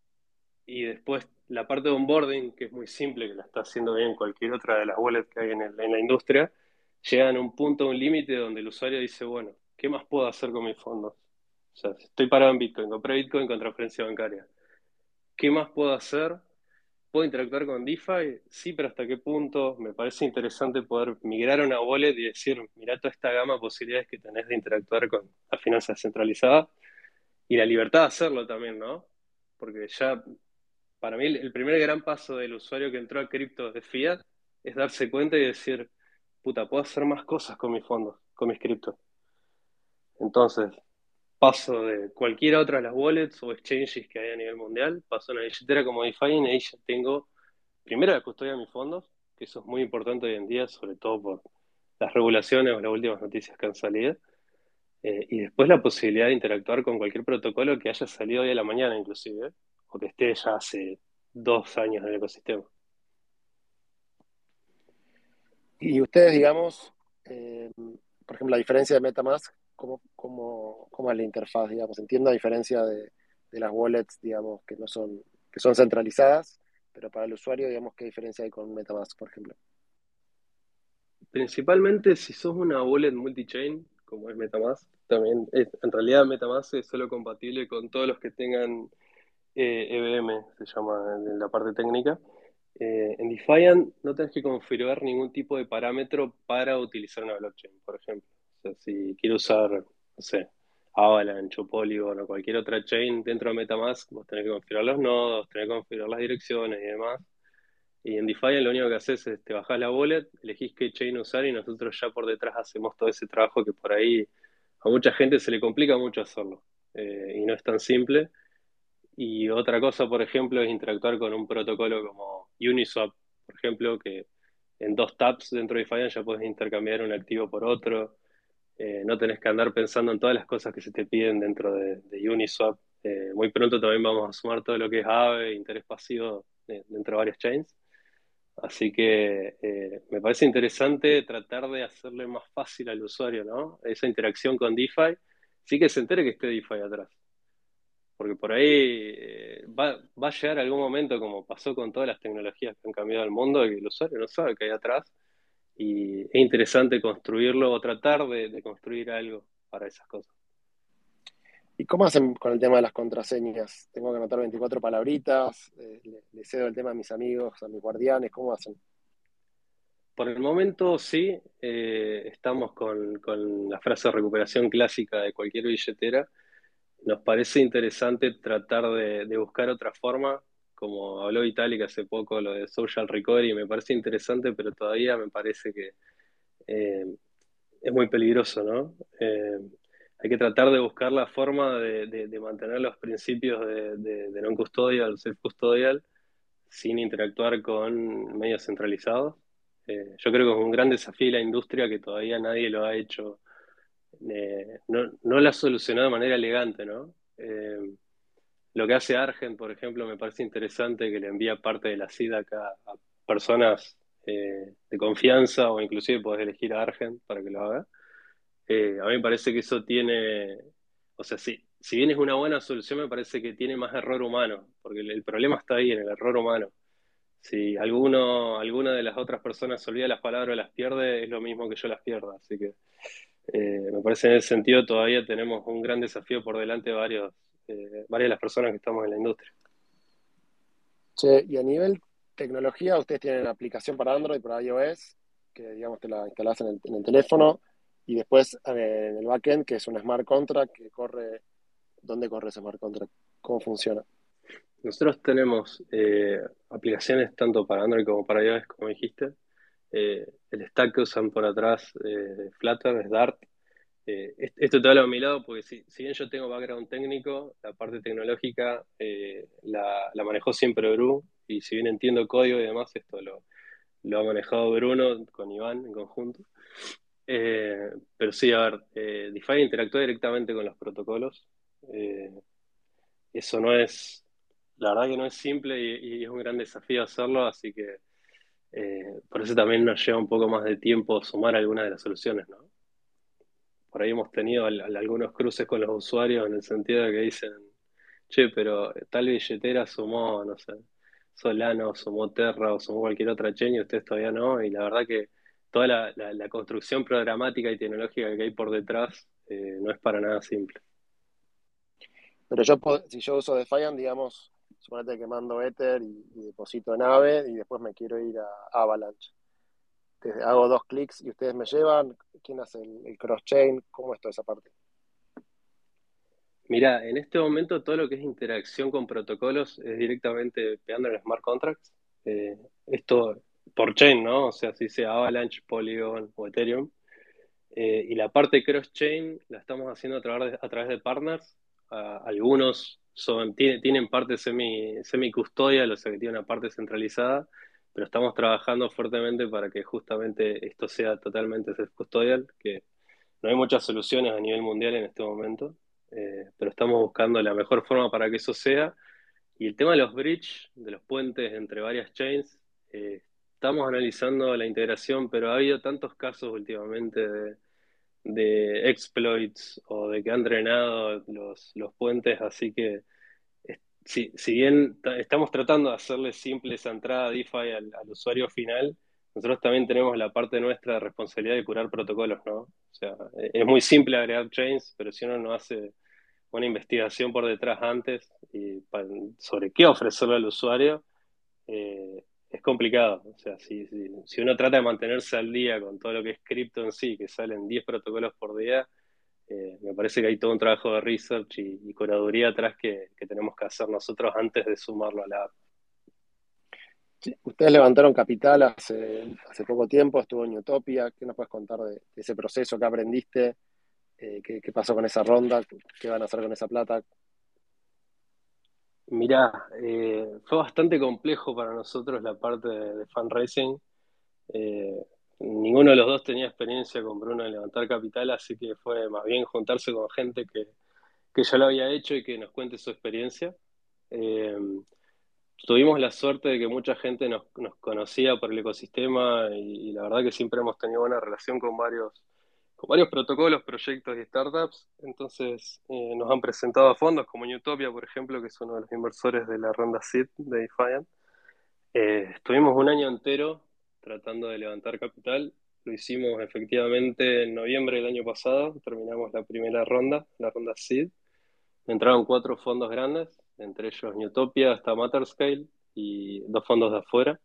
y después la parte de onboarding, que es muy simple, que la está haciendo bien cualquier otra de las wallets que hay en, el- en la industria, llegan a un punto, un límite donde el usuario dice, bueno, ¿qué más puedo hacer con mis fondos? O sea, estoy parado en Bitcoin, compré Bitcoin con transferencia bancaria. ¿Qué más puedo hacer? ¿Puedo interactuar con DeFi? Sí, pero ¿hasta qué punto? Me parece interesante poder migrar a una wallet y decir, mira toda esta gama de posibilidades que tenés de interactuar con la finanza descentralizada y la libertad de hacerlo también, ¿no? Porque ya para mí el, el primer gran paso del usuario que entró a cripto de fiat es darse cuenta y decir, puta, puedo hacer más cosas con mis fondos, con mis criptos. Entonces, paso de cualquiera otra de las wallets o exchanges que hay a nivel mundial, paso a una billetera como DeFi y ahí ya tengo, primero la custodia de mis fondos, que eso es muy importante hoy en día, sobre todo por las regulaciones o las últimas noticias que han salido. Eh, y después la posibilidad de interactuar con cualquier protocolo que haya salido hoy a la mañana, inclusive, ¿eh? O que esté ya hace dos años en el ecosistema. Y ustedes, digamos, eh, por ejemplo, la diferencia de MetaMask, ¿cómo, cómo, cómo es la interfaz, digamos? Entiendo a diferencia de, de las wallets, digamos, que no son, que son centralizadas, pero para el usuario, digamos, ¿qué diferencia hay con MetaMask, por ejemplo? Principalmente si sos una wallet multi-chain, como es MetaMask, también es- en realidad MetaMask es solo compatible con todos los que tengan eh, E V M, se llama en la parte técnica. Eh, en Defiant no tenés que configurar ningún tipo de parámetro para utilizar una blockchain, por ejemplo. O sea, si quiero usar, no sé, Avalanche o Polygon o cualquier otra chain dentro de MetaMask, vos tenés que configurar los nodos, tenés que configurar las direcciones y demás. Y en Defiant lo único que haces es te bajás la wallet, elegís qué chain usar y nosotros ya por detrás hacemos todo ese trabajo que por ahí a mucha gente se le complica mucho hacerlo. Eh, y no es tan simple. Y otra cosa, por ejemplo, es interactuar con un protocolo como Uniswap, por ejemplo, que en dos taps dentro de Defiant ya puedes intercambiar un activo por otro. Eh, no tenés que andar pensando en todas las cosas que se te piden dentro de, de Uniswap. Eh, muy pronto también vamos a sumar todo lo que es Aave, interés pasivo eh, dentro de varias chains. Así que eh, me parece interesante tratar de hacerle más fácil al usuario, ¿no? Esa interacción con DeFi, sí que se entere que esté DeFi atrás. Porque por ahí eh, va, va a llegar algún momento, como pasó con todas las tecnologías que han cambiado el mundo, que el usuario no sabe qué hay atrás. Y es interesante construirlo o tratar de, de construir algo para esas cosas. ¿Y cómo hacen con el tema de las contraseñas? Tengo que anotar veinticuatro palabritas, eh, le, le cedo el tema a mis amigos, a mis guardianes, ¿cómo hacen? Por el momento sí, eh, estamos con, con la frase de recuperación clásica de cualquier billetera. Nos parece interesante tratar de, de buscar otra forma, como habló Vitalik hace poco, lo de social recovery, me parece interesante, pero todavía me parece que eh, es muy peligroso, ¿no? Eh, hay que tratar de buscar la forma de, de- de mantener los principios de, de, de non-custodial, self-custodial, sin interactuar con medios centralizados. Eh, yo creo que es un gran desafío de la industria que todavía nadie lo ha hecho, eh, no, no lo ha solucionado de manera elegante, ¿no? Eh, lo que hace Argent, por ejemplo, me parece interesante que le envía parte de la S I D acá a personas eh, de confianza o inclusive podés elegir a Argent para que lo haga. Eh, a mí me parece que eso tiene, o sea, si, si bien es una buena solución, me parece que tiene más error humano, porque el, el problema está ahí en el error humano. Si alguno, alguna de las otras personas se olvida las palabras o las pierde, es lo mismo que yo las pierda. Así que eh, me parece en ese sentido todavía tenemos un gran desafío por delante de varios, eh, varias de las personas que estamos en la industria. Che, y a nivel tecnología, ustedes tienen aplicación para Android, para iOS, que digamos te la instalás en el, en el teléfono, y después eh, en el backend, que es un smart contract que corre, ¿dónde corre ese smart contract? ¿Cómo funciona? Nosotros tenemos eh, aplicaciones tanto para Android como para iOS, como dijiste. Eh, el stack que usan por atrás eh, Flutter es Dart. Eh, est- esto te hablo a mi lado porque si, si bien yo tengo background técnico, la parte tecnológica eh, la, la manejó siempre Bru, y si bien entiendo código y demás, esto lo, lo ha manejado Bruno con Iván en conjunto. Eh, pero sí, a ver, eh, DeFi interactúa directamente con los protocolos. Eh, Eso no es, la verdad que no es simple y, y es un gran desafío hacerlo, así que eh, por eso también nos lleva un poco más de tiempo sumar algunas de las soluciones, ¿no? Por ahí hemos tenido al- al- algunos cruces con los usuarios en el sentido de que dicen, che, pero tal billetera sumó, no sé, Solano, sumó Terra o sumó cualquier otra chain y ustedes todavía no, y la verdad que toda la, la- la construcción programática y tecnológica que hay por detrás eh, no es para nada simple. Pero yo, puedo- si yo uso Defiant, digamos, suponete que mando Ether y, y deposito en Aave y después me quiero ir a Avalanche. Te- hago dos clics y ustedes me llevan. ¿Quién hace el, el cross-chain? ¿Cómo es toda esa parte? Mira, en este momento todo lo que es interacción con protocolos es directamente pegando en smart contracts. Eh, Esto por chain, ¿no? O sea, si sea Avalanche, Polygon o Ethereum. Eh, y la parte cross-chain la estamos haciendo a través de, a través de partners. Ah, algunos son, tiene- tienen parte semi, semi-custodial, o sea que tienen una parte centralizada, pero estamos trabajando fuertemente para que justamente esto sea totalmente self-custodial, que no hay muchas soluciones a nivel mundial en este momento, eh, pero estamos buscando la mejor forma para que eso sea. Y el tema de los bridge, de los puentes entre varias chains, eh, estamos analizando la integración, pero ha habido tantos casos últimamente de, de exploits o de que han drenado los, los puentes, así que eh, si, si bien ta- estamos tratando de hacerle simple esa entrada DeFi al, al usuario final, nosotros también tenemos la parte nuestra de responsabilidad de curar protocolos, ¿no? O sea, eh, es muy simple agregar chains, pero si uno no hace una investigación por detrás antes y pa- sobre qué ofrecerle al usuario, eh, es complicado. O sea, si, si, si uno trata de mantenerse al día con todo lo que es cripto en sí, que salen diez protocolos por día, eh, me parece que hay todo un trabajo de research y, y curaduría atrás que, que tenemos que hacer nosotros antes de sumarlo a la app. Sí, ustedes levantaron capital hace, hace poco tiempo, estuvo en Utopia. ¿Qué nos puedes contar de, de ese proceso? ¿Qué aprendiste? Eh, ¿qué, qué pasó con esa ronda? ¿Qué van a hacer con esa plata? Mirá, eh, fue bastante complejo para nosotros la parte de, de fundraising. Eh, Ninguno de los dos tenía experiencia con Bruno en levantar capital, así que fue más bien juntarse con gente que, que ya lo había hecho y que nos cuente su experiencia. Eh, Tuvimos la suerte de que mucha gente nos, nos conocía por el ecosistema y, y la verdad que siempre hemos tenido buena relación con varios, con varios protocolos, proyectos y startups. Entonces eh, nos han presentado a fondos como Newtopia, por ejemplo, que es uno de los inversores de la ronda Seed de Defiant. Eh, estuvimos un año entero tratando de levantar capital. Lo hicimos efectivamente en noviembre del año pasado. Terminamos la primera ronda, la ronda Seed. Entraron cuatro fondos grandes, entre ellos Newtopia, hasta Matterscale y dos fondos de afuera.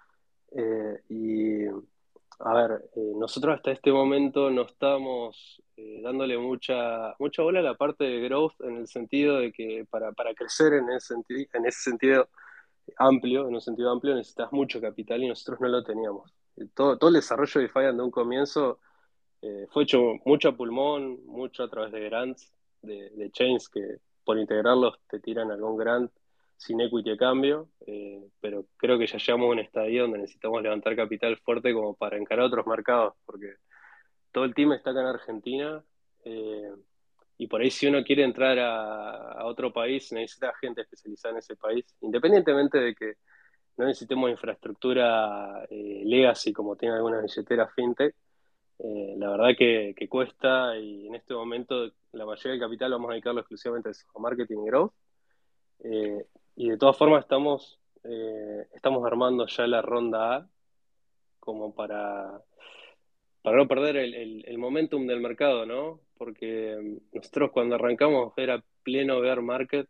Eh, y a ver, eh, nosotros hasta este momento no estamos eh, dándole mucha, mucha bola a la parte de growth en el sentido de que para, para crecer en ese, senti- en ese sentido amplio, en un sentido amplio, necesitas mucho capital y nosotros no lo teníamos. Eh, Todo, todo el desarrollo de Defiant de un comienzo eh, fue hecho mucho a pulmón, mucho a través de grants, de, de chains que por integrarlos te tiran algún grant sin equity a cambio, eh, pero creo que ya llegamos a un estadio donde necesitamos levantar capital fuerte como para encarar otros mercados, porque todo el team está acá en Argentina, eh, y por ahí si uno quiere entrar a, a otro país necesita gente especializada en ese país, independientemente de que no necesitemos infraestructura eh, legacy como tiene algunas billeteras fintech. Eh, la verdad que, que cuesta y en este momento la mayoría del capital vamos a dedicarlo exclusivamente a eso, a marketing y growth. Eh, y de todas formas estamos, eh, estamos armando ya la ronda A como para, para no perder el, el, el momentum del mercado, ¿no? Porque mm, nosotros cuando arrancamos era pleno bear market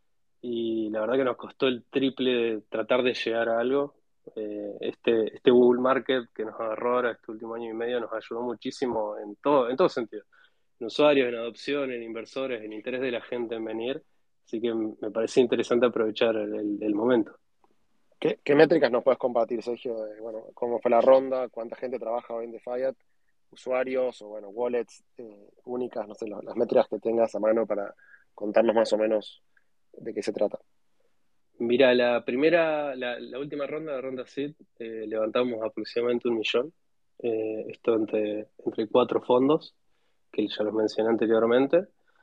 y la verdad que nos costó el triple de tratar de llegar a algo. Eh, este, este bull market que nos agarró ahora este último año y medio nos ayudó muchísimo en todo, en todo sentido. En usuarios, en adopción, en inversores, en interés de la gente en venir. Así que me parece interesante aprovechar el, el- el momento. ¿Qué, qué métricas nos puedes compartir, Sergio? De, bueno, cómo fue la ronda, cuánta gente trabaja hoy en Defiant, usuarios o bueno, wallets eh, únicas, no sé, lo- las métricas que tengas a mano para contarnos más o menos de qué se trata. Mira, la primera, la, la última ronda, la ronda Seed, eh, levantamos aproximadamente un millón. Eh, esto entre, entre cuatro fondos, que ya los mencioné anteriormente.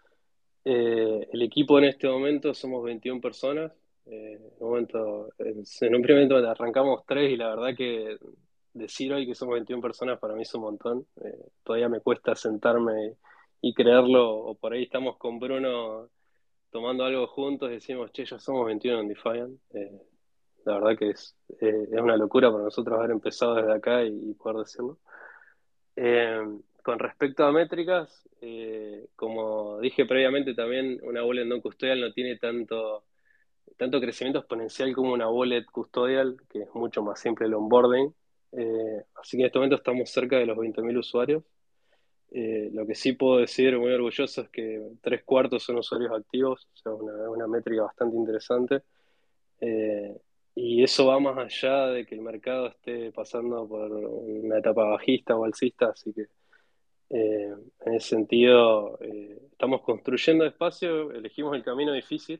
Eh, el equipo en este momento somos veintiuna personas. Eh, en un momento, en, en un primer momento arrancamos tres y la verdad que decir hoy que somos veintiuna personas para mí es un montón. Eh, todavía me cuesta sentarme y creerlo. O por ahí estamos con Bruno tomando algo juntos y decimos, che, ya somos veintiuna en Defiant. Eh, la verdad que es, eh, es una locura para nosotros haber empezado desde acá y, y poder decirlo. Eh, con respecto a métricas, eh, como dije previamente, también una wallet no custodial no tiene tanto, tanto crecimiento exponencial como una wallet custodial, que es mucho más simple el onboarding. Eh, así que en este momento estamos cerca de los veinte mil usuarios. Eh, lo que sí puedo decir muy orgulloso es que tres cuartos son usuarios activos, o sea, una, una métrica bastante interesante. Eh, y eso va más allá de que el mercado esté pasando por una etapa bajista o alcista, así que eh, en ese sentido, eh, estamos construyendo despacio, elegimos el camino difícil,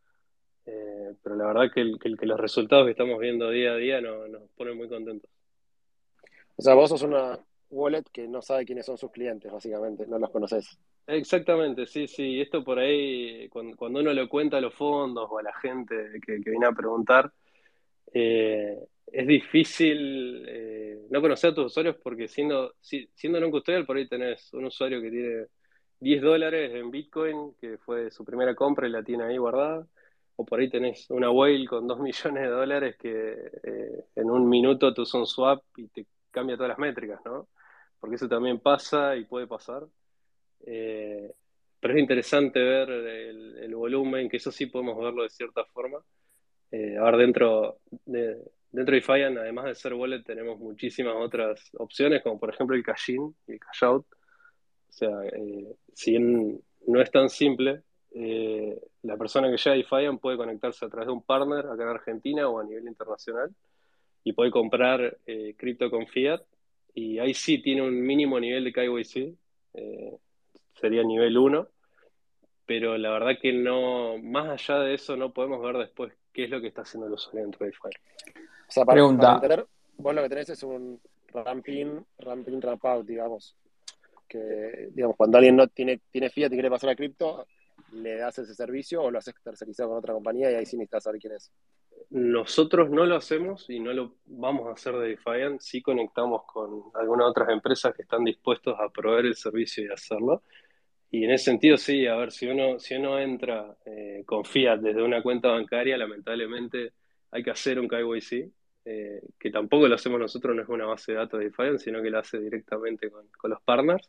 eh, pero la verdad que, el- que el- que los resultados que estamos viendo día a día no- nos ponen muy contentos. O sea, vos sos una wallet que no sabe quiénes son sus clientes, básicamente, no los conoces. Exactamente, sí, sí. Esto por ahí, cuando, cuando uno lo cuenta a los fondos o a la gente que, que viene a preguntar, eh, es difícil eh, no conocer a tus usuarios porque siendo, si- siendo no custodial, por ahí tenés un usuario que tiene diez dólares en Bitcoin, que fue su primera compra y la tiene ahí guardada, o por ahí tenés una whale con dos millones de dólares que eh, en un minuto te usa un swap y te cambia todas las métricas, ¿no? Porque eso también pasa y puede pasar. Eh, pero es interesante ver el, el volumen, que eso sí podemos verlo de cierta forma. Eh, a ver, dentro de, dentro de Defiant, además de ser wallet, tenemos muchísimas otras opciones, como por ejemplo el cash-in y el cash-out. O sea, eh, si bien no es tan simple, eh, la persona que llega a Defiant puede conectarse a través de un partner acá en Argentina o a nivel internacional. y puede comprar eh, cripto con fiat, y ahí sí tiene un mínimo nivel de K Y C, eh, sería nivel uno, pero la verdad que no, más allá de eso no podemos ver después qué es lo que está haciendo el usuario dentro de DeFi. O sea, para, para Pregunta, entender, vos lo que tenés es un ramp in, ramp in, ramp out, digamos. Que, digamos, cuando alguien no tiene, tiene fiat y quiere pasar a cripto, le das ese servicio o lo haces tercerizado con otra compañía y ahí sí necesitas saber quién es. Nosotros no lo hacemos y no lo vamos a hacer de Defiant, sí conectamos con algunas otras empresas que están dispuestos a proveer el servicio y hacerlo. Y en ese sentido, sí, a ver, si uno, si uno entra eh, con fiat desde una cuenta bancaria, lamentablemente hay que hacer un K Y C, eh, que tampoco lo hacemos nosotros, no es una base de datos de Defiant, sino que lo hace directamente con, con los partners.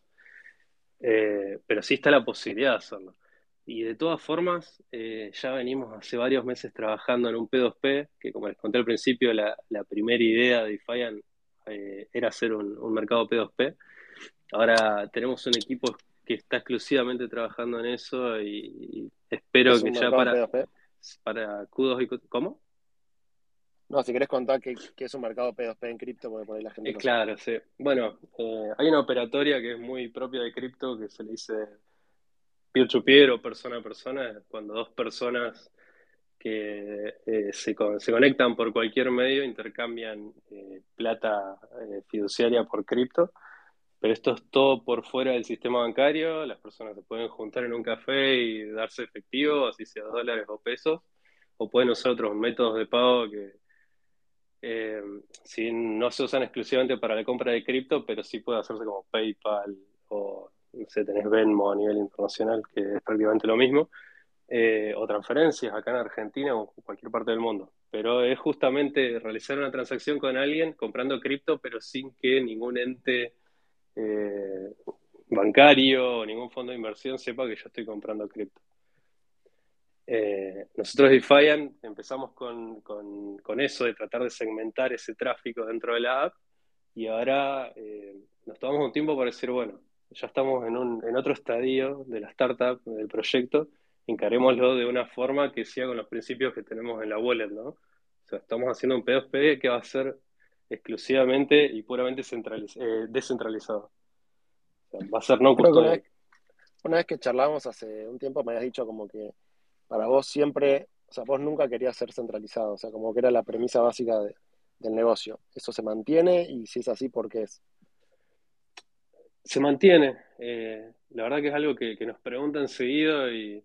Eh, pero sí está la posibilidad de hacerlo. Y de todas formas, eh, ya venimos hace varios meses trabajando en un P dos P, que como les conté al principio, la, la primera idea de Defiant eh, era hacer un, un mercado P dos P. Ahora tenemos un equipo que está exclusivamente trabajando en eso y, y espero Es que un ya mercado para, P dos P. para Q dos y Q- ¿cómo? No, si querés contar qué, qué es un mercado P dos P en cripto, porque por ahí la gente Es no sabe. claro, sí. Bueno, eh, hay una operatoria que es muy propia de cripto que se le dice peer-to-peer o persona a persona, cuando dos personas que eh, se, con- se conectan por cualquier medio, intercambian eh, plata eh, fiduciaria por cripto, pero esto es todo por fuera del sistema bancario, las personas se pueden juntar en un café y darse efectivo, así sea dólares o pesos, o pueden usar otros métodos de pago que eh, si no se usan exclusivamente para la compra de cripto, pero sí puede hacerse como PayPal o, no sé, tenés Venmo a nivel internacional, que es prácticamente lo mismo, eh, o transferencias acá en Argentina o en cualquier parte del mundo. Pero es justamente realizar una transacción con alguien comprando cripto, pero sin que ningún ente eh, bancario o ningún fondo de inversión sepa que yo estoy comprando cripto. Eh, nosotros Defiant empezamos con, con, con, eso de tratar de segmentar ese tráfico dentro de la app y ahora eh, nos tomamos un tiempo para decir, bueno, ya estamos en, un, en otro estadio de la startup, del proyecto, encarémoslo de una forma que siga con los principios que tenemos en la wallet, ¿no? O sea, estamos haciendo un P dos P que va a ser exclusivamente y puramente centraliz eh, descentralizado. O sea, va a ser no Creo que una custodial. vez, una vez que charlamos hace un tiempo me habías dicho como que para vos siempre, o sea, vos nunca querías ser centralizado, o sea, como que era la premisa básica de- del negocio. ¿Eso se mantiene? Y si es así, ¿por qué es? Se mantiene. Eh, la verdad que es algo que, que nos preguntan seguido y,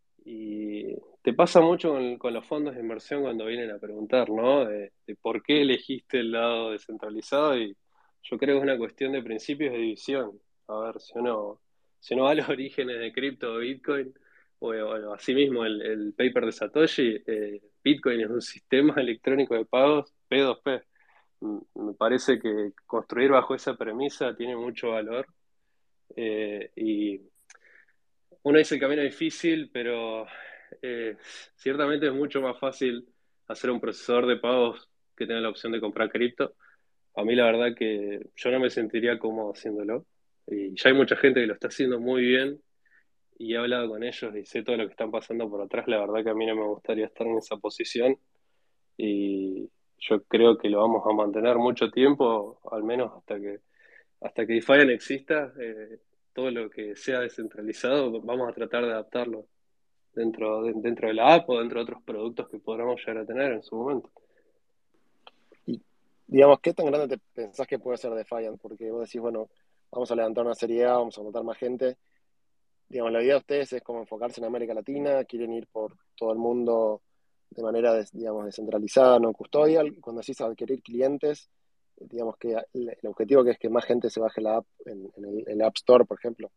y te pasa mucho con, con los fondos de inversión cuando vienen a preguntar, ¿no? De, de por qué elegiste el lado descentralizado y yo creo que es una cuestión de principios de división. A ver, si uno, si uno va a los orígenes de cripto o Bitcoin, o, o asimismo el, el paper de Satoshi, eh, Bitcoin es un sistema electrónico de pagos P dos P. Mm, Me parece que construir bajo esa premisa tiene mucho valor eh, y uno dice el camino difícil, pero eh, ciertamente es mucho más fácil hacer un procesador de pagos que tenga la opción de comprar cripto. A mí la verdad que yo no me sentiría cómodo haciéndolo. Y ya hay mucha gente que lo está haciendo muy bien y he hablado con ellos y sé todo lo que están pasando por atrás. La verdad que a mí no me gustaría estar en esa posición y yo creo que lo vamos a mantener mucho tiempo, al menos hasta que hasta que Defiant exista, eh, todo lo que sea descentralizado, vamos a tratar de adaptarlo dentro de, dentro de la app o dentro de otros productos que podamos llegar a tener en su momento. Y, digamos, ¿qué tan grande te pensás que puede ser Defiant? Porque vos decís, bueno, vamos a levantar una serie A, vamos a montar más gente. Digamos, la idea de ustedes es como enfocarse en América Latina, quieren ir por todo el mundo de manera, des- digamos, descentralizada, no custodial. Cuando decís adquirir clientes, digamos que el, el objetivo que es que más gente se baje la app en, en el, el App Store, por ejemplo.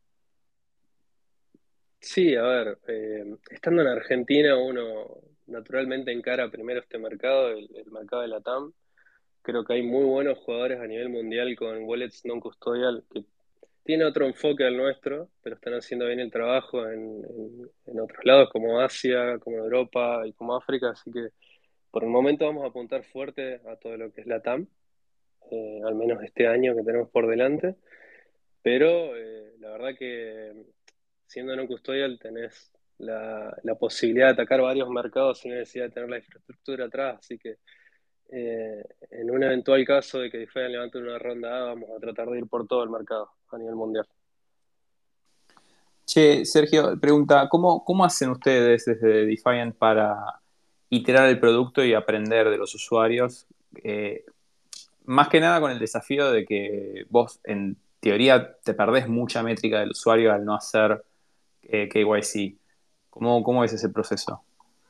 Sí, a ver, eh, estando en Argentina uno naturalmente encara primero este mercado, el, el mercado de la T A M. Creo que hay muy buenos jugadores a nivel mundial con wallets non custodial que tiene otro enfoque al nuestro, pero están haciendo bien el trabajo en, en- en otros lados como Asia, como Europa y como África, así que por el momento vamos a apuntar fuerte a todo lo que es la T A M, eh, al menos este año que tenemos por delante, pero eh, la verdad que siendo no custodial tenés la, la posibilidad de atacar varios mercados sin necesidad de tener la infraestructura atrás, así que Eh, en un eventual caso de que Defiant levante una ronda A, vamos a tratar de ir por todo el mercado a nivel mundial. Che, Sergio, pregunta, ¿cómo, cómo hacen ustedes desde Defiant para iterar el producto y aprender de los usuarios? Eh, más que nada con el desafío de que vos, en teoría, te perdés mucha métrica del usuario al no hacer eh, K Y C. ¿Cómo, cómo es ese proceso?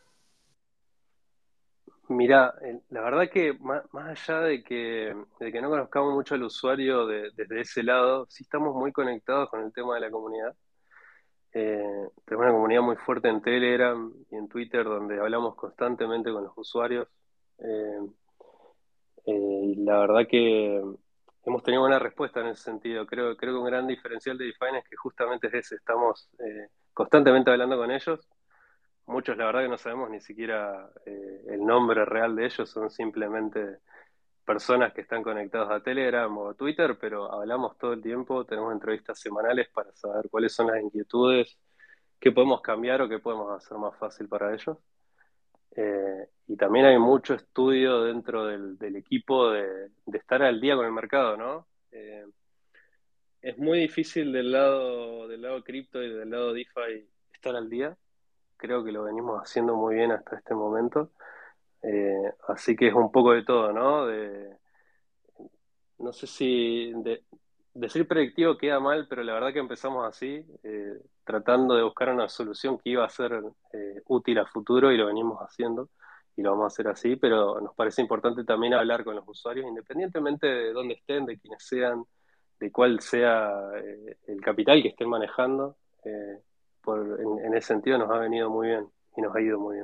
Mirá, eh, la verdad que más, más allá de que, de que no conozcamos mucho al usuario de- desde ese lado, sí estamos muy conectados con el tema de la comunidad. Eh, tenemos una comunidad muy fuerte en Telegram y en Twitter donde hablamos constantemente con los usuarios. Eh, eh, y la verdad que hemos tenido buena respuesta en ese sentido. Creo, creo que un gran diferencial de Define es que justamente es ese, estamos eh, constantemente hablando con ellos. Muchos, la verdad que no sabemos ni siquiera eh, el nombre real de ellos, son simplemente personas que están conectadas a Telegram o a Twitter, pero hablamos todo el tiempo, tenemos entrevistas semanales para saber cuáles son las inquietudes, qué podemos cambiar o qué podemos hacer más fácil para ellos. Eh, y también hay mucho estudio dentro del, del equipo de, de estar al día con el mercado, ¿no? Eh, es muy difícil del lado, del lado cripto y del lado DeFi estar al día. Creo que lo venimos haciendo muy bien hasta este momento. Eh, así que es un poco de todo, ¿no? De, no sé si de, decir predictivo queda mal, pero la verdad que empezamos así, eh, tratando de buscar una solución que iba a ser eh, útil a futuro y lo venimos haciendo y lo vamos a hacer así, pero nos parece importante también hablar con los usuarios, independientemente de dónde estén, de quiénes sean, de cuál sea eh, el capital que estén manejando. eh, por, en, en ese sentido nos ha venido muy bien y nos ha ido muy bien.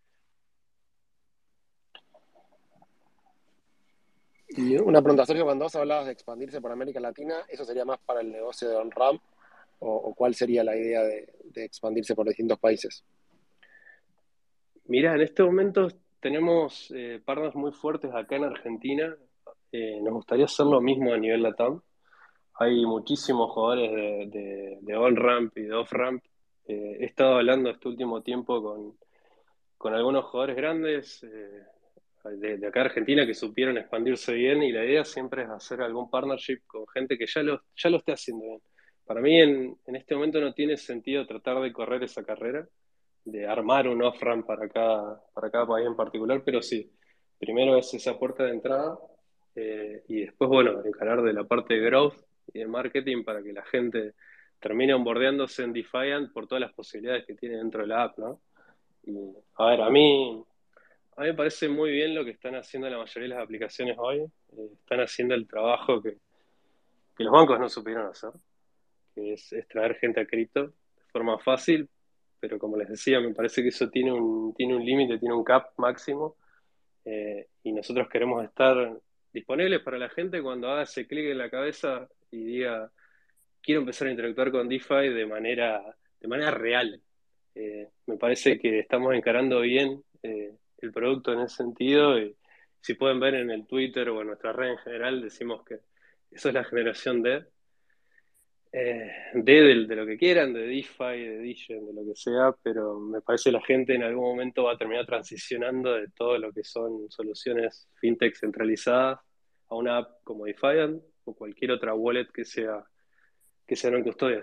Y una pregunta, Sergio, cuando vos hablabas de expandirse por América Latina, ¿eso sería más para el negocio de OnRamp o, o cuál sería la idea de, de expandirse por distintos países? Mira, en este momento tenemos eh, partners muy fuertes acá en Argentina. Eh, nos gustaría hacer lo mismo a nivel LATAM. Hay muchísimos jugadores de, de, de on-ramp y de off-ramp. Eh, he estado hablando este último tiempo con, con algunos jugadores grandes eh, de, de acá de Argentina que supieron expandirse bien y la idea siempre es hacer algún partnership con gente que ya lo, ya lo esté haciendo bien. Para mí en, en este momento no tiene sentido tratar de correr esa carrera, de armar un off-ramp para cada, para cada país en particular, pero sí, primero es esa puerta de entrada eh, y después, bueno, encarar de la parte de growth y de marketing para que la gente termine onboardeándose en Defiant por todas las posibilidades que tiene dentro de la app, ¿no? Y, a ver, a mí, a mí me parece muy bien lo que están haciendo la mayoría de las aplicaciones hoy. Eh, están haciendo el trabajo que, que los bancos no supieron hacer, que es, es traer gente a cripto de forma fácil, pero como les decía, me parece que eso tiene un, tiene un límite, tiene un cap máximo, eh, y nosotros queremos estar disponibles para la gente cuando haga ese clic en la cabeza y diga, quiero empezar a interactuar con DeFi de manera, de manera real. Eh, me parece que estamos encarando bien eh, el producto en ese sentido y si pueden ver en el Twitter o en nuestra red en general, decimos que eso es la generación D, eh, de, de, de lo que quieran, de DeFi, de Degen, de lo que sea, pero me parece que la gente en algún momento va a terminar transicionando de todo lo que son soluciones fintech centralizadas a una app como Defiant o cualquier otra wallet que sea que sea no en custodia.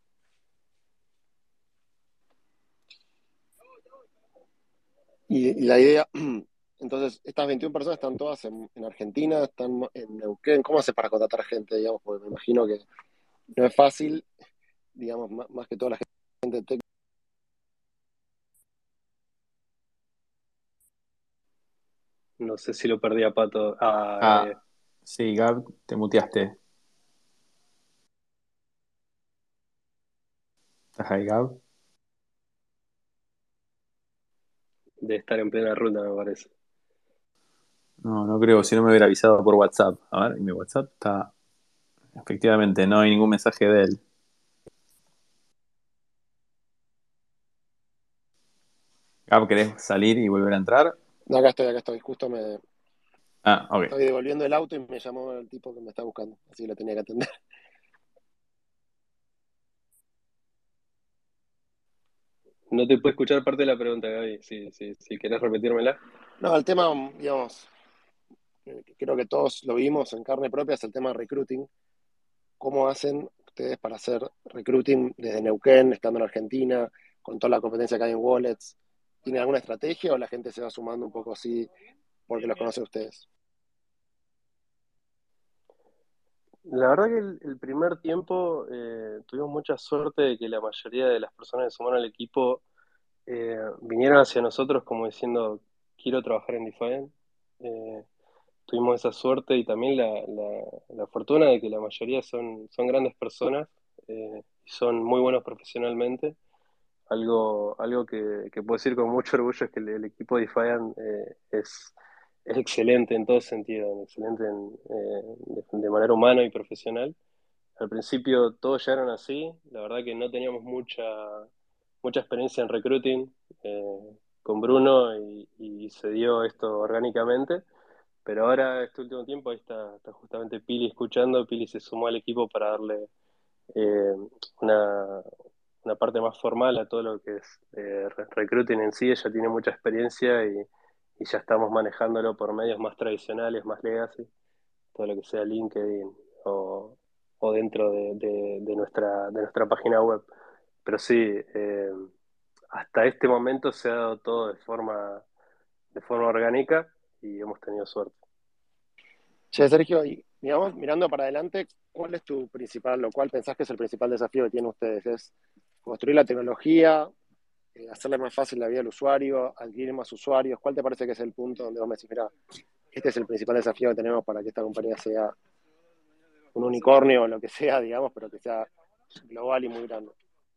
Y, y la idea, entonces, estas veintiuna personas están todas en, en Argentina, están en Neuquén. ¿Cómo hace para contratar gente, digamos? Porque me imagino que no es fácil, digamos, más, más que toda la gente técnica. No sé si lo perdí a Pato. Ah, ahí, ahí. Ah, sí, Gab, te muteaste. ¿Estás ahí, Gab? De estar en plena ruta, me parece. No, no creo, si no me hubiera avisado por WhatsApp. A ver, y mi WhatsApp está. Efectivamente, no hay ningún mensaje de él. Gab, ¿querés salir y volver a entrar? No, acá estoy, acá estoy. Justo me Ah, ok. estoy devolviendo el auto y me llamó el tipo que me está buscando, así que lo tenía que atender. No te puedo escuchar parte de la pregunta, Gaby. Si, si, si querés repetírmela. No, el tema, digamos. que, que creo que todos lo vimos en carne propia, es el tema de recruiting. ¿Cómo hacen ustedes para hacer recruiting desde Neuquén, estando en Argentina, con toda la competencia que hay en wallets? ¿Tienen alguna estrategia o la gente se va sumando un poco así porque los conocen ustedes? La verdad que el, el primer tiempo eh, tuvimos mucha suerte de que la mayoría de las personas que sumaron al equipo eh, vinieron hacia nosotros como diciendo, quiero trabajar en Defiant. Eh, Tuvimos esa suerte y también la, la, la fortuna de que la mayoría son, son grandes personas eh, y son muy buenos profesionalmente. Algo, algo que, que puedo decir con mucho orgullo es que el, el equipo de Defiant eh, es, es excelente en todo sentido, excelente en, eh, de, de manera humana y profesional. Al principio todos llegaron así, la verdad que no teníamos mucha, mucha experiencia en recruiting eh, con Bruno y, y se dio esto orgánicamente, pero ahora este último tiempo ahí está, está justamente Pili escuchando, Pili se sumó al equipo para darle eh, una, una parte más formal a todo lo que es eh, re- recruiting en sí. Ella tiene mucha experiencia y, y ya estamos manejándolo por medios más tradicionales, más legacy, todo lo que sea LinkedIn o, o dentro de, de- de nuestra, de nuestra página web. Pero sí, eh, hasta este momento se ha dado todo de forma, de forma orgánica y hemos tenido suerte. Che, Sergio, y digamos, mirando para adelante, ¿cuál es tu principal, lo cual pensás que es el principal desafío que tienen ustedes? ¿Es construir la tecnología, eh, hacerle más fácil la vida al usuario, adquirir más usuarios? ¿Cuál te parece que es el punto donde vos me decís, mira, este es el principal desafío que tenemos para que esta compañía sea un unicornio o lo que sea, digamos, pero que sea global y muy grande?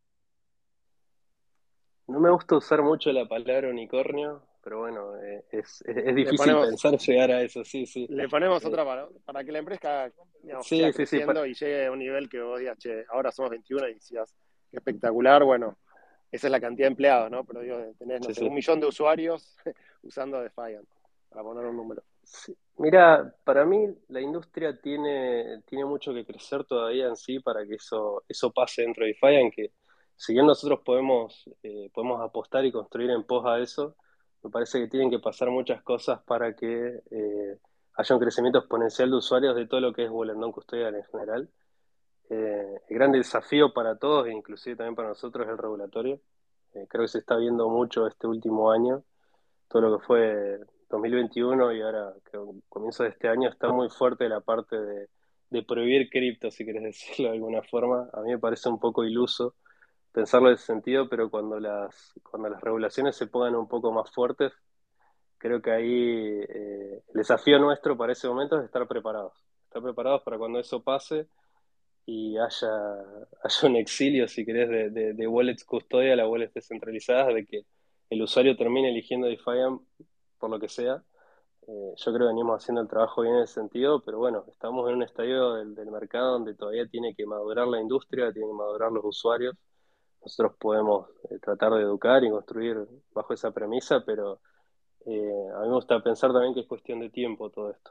No me gusta usar mucho la palabra unicornio, pero bueno, eh, es, es, es Le difícil ponemos, pensar llegar a eso, sí, sí. le ponemos Eh, otra para, para que la empresa, digamos, siga sí, sí, sí. creciendo pa- y llegue a un nivel que vos digas, che, ahora somos veintiuno y decías, qué espectacular, bueno, esa es la cantidad de empleados, ¿no? Pero digo, tenés, no sí, sé, sí. un millón de usuarios usando Defiant, para poner un número. Sí. Mira, para mí la industria tiene, tiene mucho que crecer todavía en sí para que eso, eso pase dentro de Defiant, que si bien nosotros podemos, eh, podemos apostar y construir en pos a eso, me parece que tienen que pasar muchas cosas para que eh, haya un crecimiento exponencial de usuarios de todo lo que es Bolendón Custodial en general. Eh, el gran desafío para todos, e inclusive también para nosotros, es el regulatorio. Eh, creo que se está viendo mucho este último año, todo lo que fue dos mil veintiuno y ahora que comienzo de este año está muy fuerte la parte de, de prohibir cripto, si querés decirlo de alguna forma. A mí me parece un poco iluso pensarlo en ese sentido, pero cuando las, cuando las regulaciones se pongan un poco más fuertes, creo que ahí eh, el desafío nuestro para ese momento es estar preparados. Estar preparados para cuando eso pase y haya, haya un exilio, si querés, de, de, de wallets custodia a wallets descentralizadas, de que el usuario termine eligiendo Defiant por lo que sea. Eh, yo creo que venimos haciendo el trabajo bien en ese sentido, pero bueno, estamos en un estadio del, del mercado donde todavía tiene que madurar la industria, tiene que madurar los usuarios. Nosotros podemos eh, tratar de educar y construir bajo esa premisa, pero eh, a mí me gusta pensar también que es cuestión de tiempo todo esto.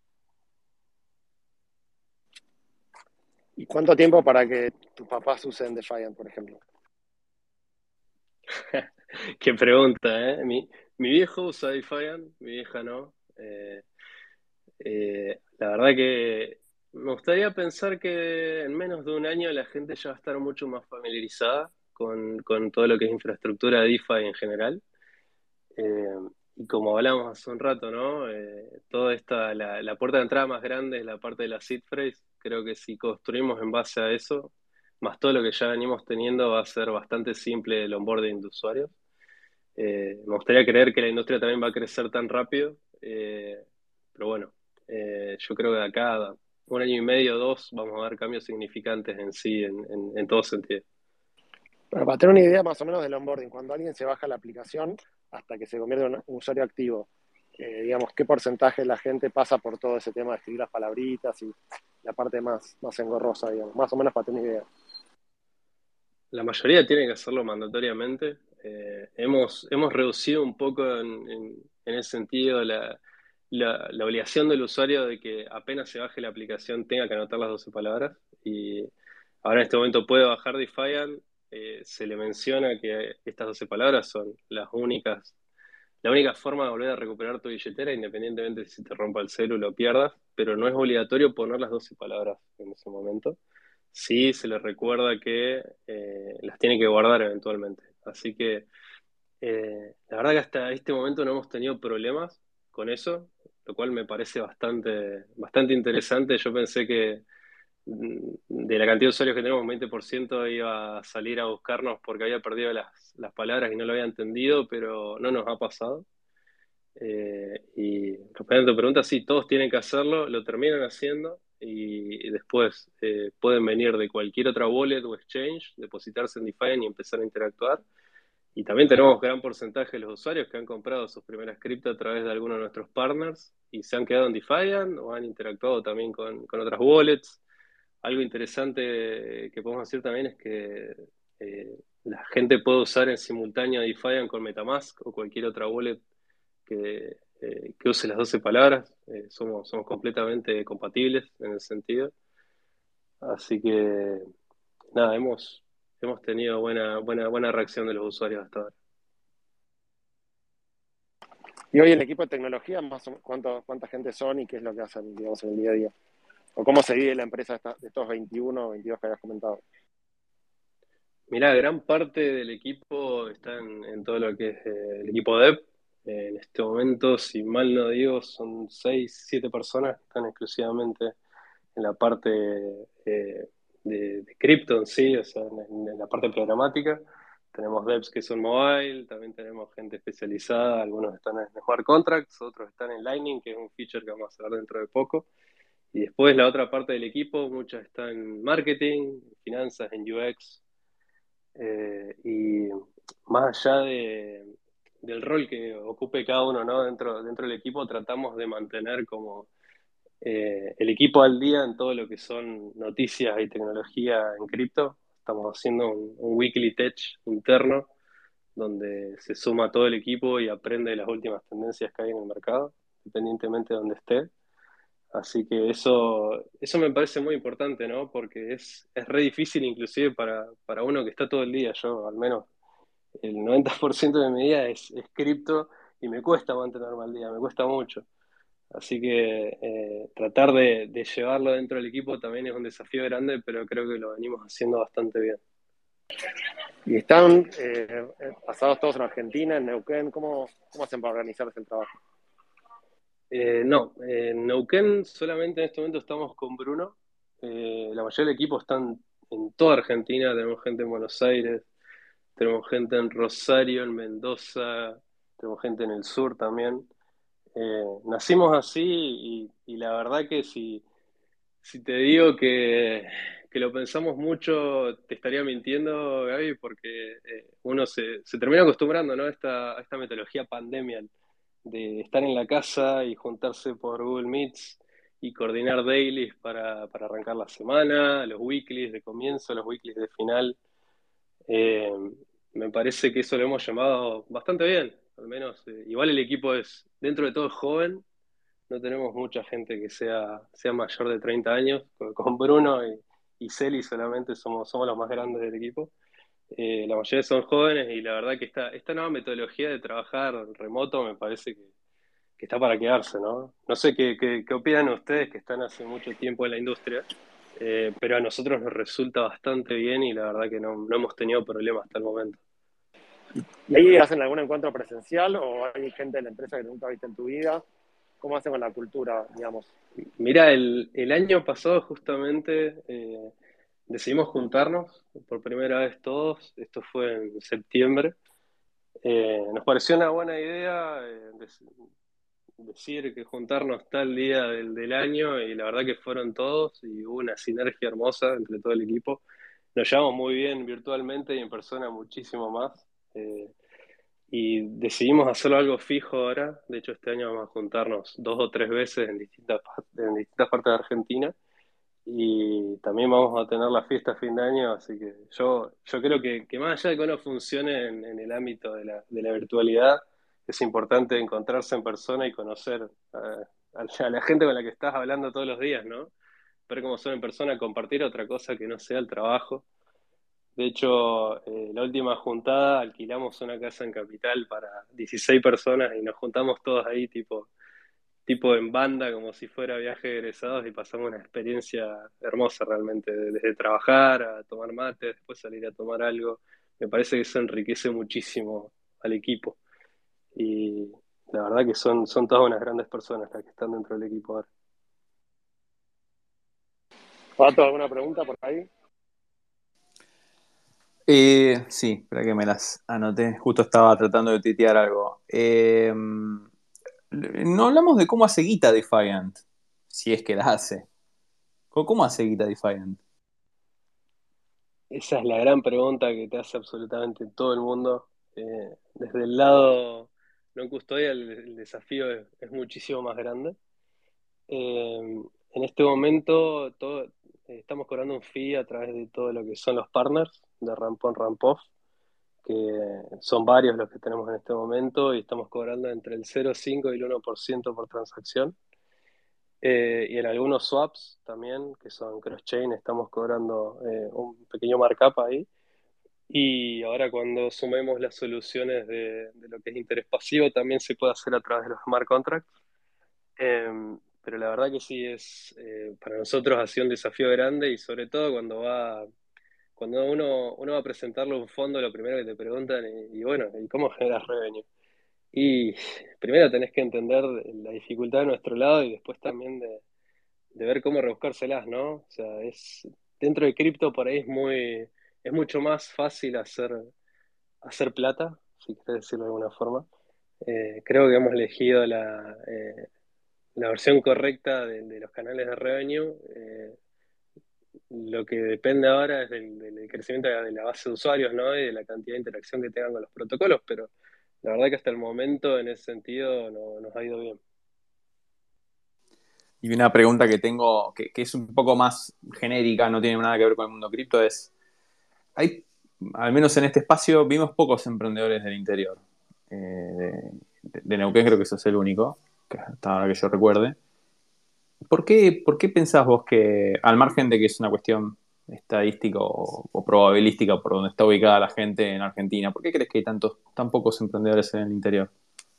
¿Y cuánto tiempo para que tus papás usen Defiant, por ejemplo? Qué pregunta, ¿eh? Mi, mi viejo usa Defiant, mi vieja no. Eh, eh, la verdad que me gustaría pensar que en menos de un año la gente ya va a estar mucho más familiarizada con, con todo lo que es infraestructura de DeFi en general. Eh, y como hablamos hace un rato, ¿no? Eh, toda esta, la, la puerta de entrada más grande es la parte de la seed phrase. Creo que si construimos en base a eso, más todo lo que ya venimos teniendo, va a ser bastante simple el onboarding de usuarios. Eh, me gustaría creer que la industria también va a crecer tan rápido, eh, pero bueno, eh, yo creo que de acá a un año y medio o dos vamos a ver cambios significantes en sí, en, en, en todo sentido. Bueno, para tener una idea más o menos del onboarding, cuando alguien se baja la aplicación hasta que se convierte en un usuario activo, eh, digamos, ¿qué porcentaje de la gente pasa por todo ese tema de escribir las palabritas y la parte más, más engorrosa, digamos? Más o menos para tener una idea. La mayoría tiene que hacerlo mandatoriamente. Eh, hemos, hemos reducido un poco en, en, en ese sentido la, la, la obligación del usuario de que apenas se baje la aplicación tenga que anotar las doce palabras. Y ahora en este momento puede bajar Defiant. Eh, se le menciona que estas doce palabras son las únicas la única forma de volver a recuperar tu billetera, independientemente de si te rompa el celu o lo pierdas, pero no es obligatorio poner las doce palabras en ese momento. Sí se les recuerda que eh, las tiene que guardar eventualmente. Así que eh, la verdad que hasta este momento no hemos tenido problemas con eso, lo cual me parece bastante, bastante interesante. Yo pensé que mm, de la cantidad de usuarios que tenemos, un veinte por ciento iba a salir a buscarnos porque había perdido las, las palabras y no lo había entendido, pero no nos ha pasado. Eh, y respondiendo a tu pregunta, sí, todos tienen que hacerlo, lo terminan haciendo y, y después eh, pueden venir de cualquier otra wallet o exchange, depositarse en DeFi y empezar a interactuar. Y también tenemos gran porcentaje de los usuarios que han comprado sus primeras cripto a través de algunos de nuestros partners y se han quedado en Defiant o han interactuado también con, con otras wallets. Algo interesante que podemos decir también es que eh, la gente puede usar en simultáneo Defiant con MetaMask o cualquier otra wallet que, eh, que use las doce palabras. Eh, somos, somos completamente compatibles en el sentido. Así que nada, hemos, hemos tenido buena, buena, buena reacción de los usuarios hasta ahora. Y hoy el equipo de tecnología, más o- ¿cuánto, cuánta gente son y qué es lo que hacen, digamos, en el día a día? ¿O cómo se vive la empresa de, esta- de estos veintiuno o veintidós que habías comentado? Mirá, gran parte del equipo está en, en todo lo que es eh, el equipo dev. Eh, en este momento, si mal no digo, son seis, siete personas que están exclusivamente en la parte eh, de, de cripto en sí, o sea, en, en la parte programática. Tenemos devs que son mobile, también tenemos gente especializada, algunos están en smart contracts, otros están en Lightning, que es un feature que vamos a ver dentro de poco. Y después la otra parte del equipo, muchas están en marketing, en finanzas, en U X. Eh, y más allá de, del rol que ocupe cada uno, ¿no? Dentro, dentro del equipo tratamos de mantener como eh, el equipo al día en todo lo que son noticias y tecnología en cripto. Estamos haciendo un, un weekly tech interno donde se suma todo el equipo y aprende de las últimas tendencias que hay en el mercado, independientemente de donde esté. Así que eso, eso me parece muy importante, ¿no? Porque es, es re difícil inclusive para, para uno que está todo el día, yo al menos el noventa por ciento de mi día es, es cripto y me cuesta mantenerme al día, me cuesta mucho. Así que eh, tratar de, de llevarlo dentro del equipo también es un desafío grande, pero creo que lo venimos haciendo bastante bien. ¿Y están eh, eh, pasados todos en Argentina, en Neuquén? ¿Cómo, cómo hacen para organizarse el trabajo? Eh, no, en Neuquén solamente en este momento estamos con Bruno. Eh, la mayoría del equipo están en toda Argentina, tenemos gente en Buenos Aires, tenemos gente en Rosario, en Mendoza, tenemos gente en el sur también. Eh, nacimos así y, y la verdad que si, si te digo que, que lo pensamos mucho, te estaría mintiendo, Gaby, porque eh, uno se, se termina acostumbrando, ¿no? a esta, a esta metodología pandemia de estar en la casa y juntarse por Google Meets y coordinar dailies para, para arrancar la semana, los weeklies de comienzo, los weeklies de final. Eh, Me parece que eso lo hemos llamado bastante bien, al menos. Eh, igual el equipo es, dentro de todo, es joven, no tenemos mucha gente que sea, sea mayor de treinta años, con, con Bruno y, y Celi solamente somos, somos los más grandes del equipo. Eh, la mayoría son jóvenes y la verdad que esta, esta nueva metodología de trabajar remoto me parece que, que está para quedarse, ¿no? No sé qué, qué, qué opinan ustedes que están hace mucho tiempo en la industria, eh, pero a nosotros nos resulta bastante bien y la verdad que no, no hemos tenido problemas hasta el momento. ¿Y ahí hacen algún encuentro presencial o hay gente de la empresa que nunca viste en tu vida? ¿Cómo hacen con la cultura, digamos? Mira, el, el año pasado justamente eh, decidimos juntarnos por primera vez todos, esto fue en septiembre. Eh, nos pareció una buena idea eh, dec- decir que juntarnos tal día del, del año y la verdad que fueron todos y hubo una sinergia hermosa entre todo el equipo. Nos llevamos muy bien virtualmente y en persona muchísimo más. Eh, y decidimos hacerlo algo fijo ahora. De hecho, este año vamos a juntarnos dos o tres veces en distintas, pa- en distintas partes de Argentina. Y también vamos a tener la fiesta a fin de año, así que yo, yo creo que, que más allá de que uno funcione en, en el ámbito de la, de la virtualidad, es importante encontrarse en persona y conocer a, a la gente con la que estás hablando todos los días, ¿no? Ver cómo son en persona, compartir otra cosa que no sea el trabajo. De hecho, eh, la última juntada alquilamos una casa en Capital para dieciséis personas y nos juntamos todos ahí, tipo, tipo en banda, como si fuera viaje de egresados, y pasamos una experiencia hermosa realmente, desde trabajar a tomar mate, después salir a tomar algo. Me parece que eso enriquece muchísimo al equipo y la verdad que son, son todas unas grandes personas las que están dentro del equipo ahora. Pato, ¿alguna pregunta por ahí? Eh, sí, espera que me las anoté. Justo estaba tratando de tuitear algo. Eh, no hablamos de cómo hace guita Defiant, si es que la hace. ¿Cómo cómo hace guita Defiant? Esa es la gran pregunta que te hace absolutamente todo el mundo. Eh, desde el lado no custodia, el, el desafío es, es muchísimo más grande. Eh, en este momento todo, eh, estamos cobrando un fee a través de todo lo que son los partners de Rampon Rampoff, que son varios los que tenemos en este momento y estamos cobrando entre el cero coma cinco y el uno por ciento por transacción. Eh, y en algunos swaps también, que son cross-chain, estamos cobrando eh, un pequeño markup ahí. Y ahora cuando sumemos las soluciones de, de lo que es interés pasivo, también se puede hacer a través de los smart contracts. Eh, pero la verdad que sí es, eh, para nosotros ha sido un desafío grande y sobre todo cuando va, cuando uno, uno va a presentarle un fondo, lo primero que te preguntan, y, y bueno, ¿y cómo generas revenue? Y primero tenés que entender la dificultad de nuestro lado y después también de, de ver cómo rebuscárselas, ¿no? O sea, es, dentro de cripto por ahí es muy, es mucho más fácil hacer, hacer plata, si querés decirlo de alguna forma. Eh, creo que hemos elegido la, eh, la versión correcta de, de los canales de revenue. Eh, lo que depende ahora es del, del crecimiento de la base de usuarios, ¿no? Y de la cantidad de interacción que tengan con los protocolos, pero la verdad que hasta el momento en ese sentido no, nos ha ido bien. Y una pregunta que tengo, que, que es un poco más genérica, no tiene nada que ver con el mundo cripto, es, hay, al menos en este espacio, vimos pocos emprendedores del interior. Eh, de, de Neuquén creo que sos el único, que hasta ahora que yo recuerde. ¿Por qué, por qué pensás vos que, al margen de que es una cuestión estadística o, o probabilística por donde está ubicada la gente en Argentina, ¿por qué crees que hay tantos, tan pocos emprendedores en el interior?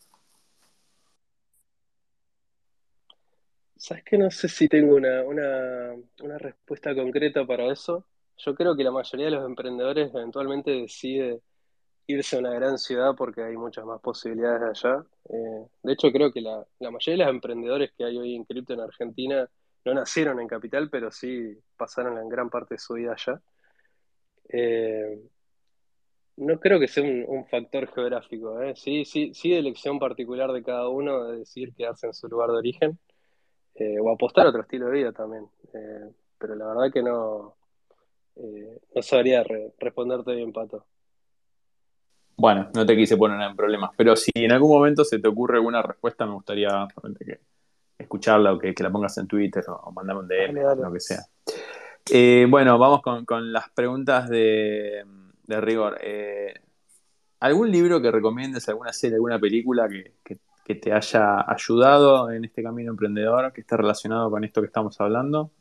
¿Sabes qué? No sé si tengo una, una, una respuesta concreta para eso. Yo creo que la mayoría de los emprendedores eventualmente decide irse a una gran ciudad porque hay muchas más posibilidades allá. Eh, de hecho, creo que la, la mayoría de los emprendedores que hay hoy en cripto en Argentina no nacieron en Capital, pero sí pasaron la gran parte de su vida allá. Eh, no creo que sea un, un factor geográfico, ¿eh? Sí, sí, sí de elección particular de cada uno de decidir quedarse en su lugar de origen, eh, o apostar a otro estilo de vida también. Eh, pero la verdad que no, eh, no sabría re- responderte bien, Pato. Bueno, no te quise poner en problemas, pero si en algún momento se te ocurre alguna respuesta, me gustaría realmente que escucharla o que, que la pongas en Twitter o, o mandarme un Dale, D M, dale. lo que sea. Eh, bueno, vamos con, con las preguntas de, de rigor. Eh, ¿algún libro que recomiendes, alguna serie, alguna película que, que- que te haya ayudado en este camino emprendedor, que esté relacionado con esto que estamos hablando?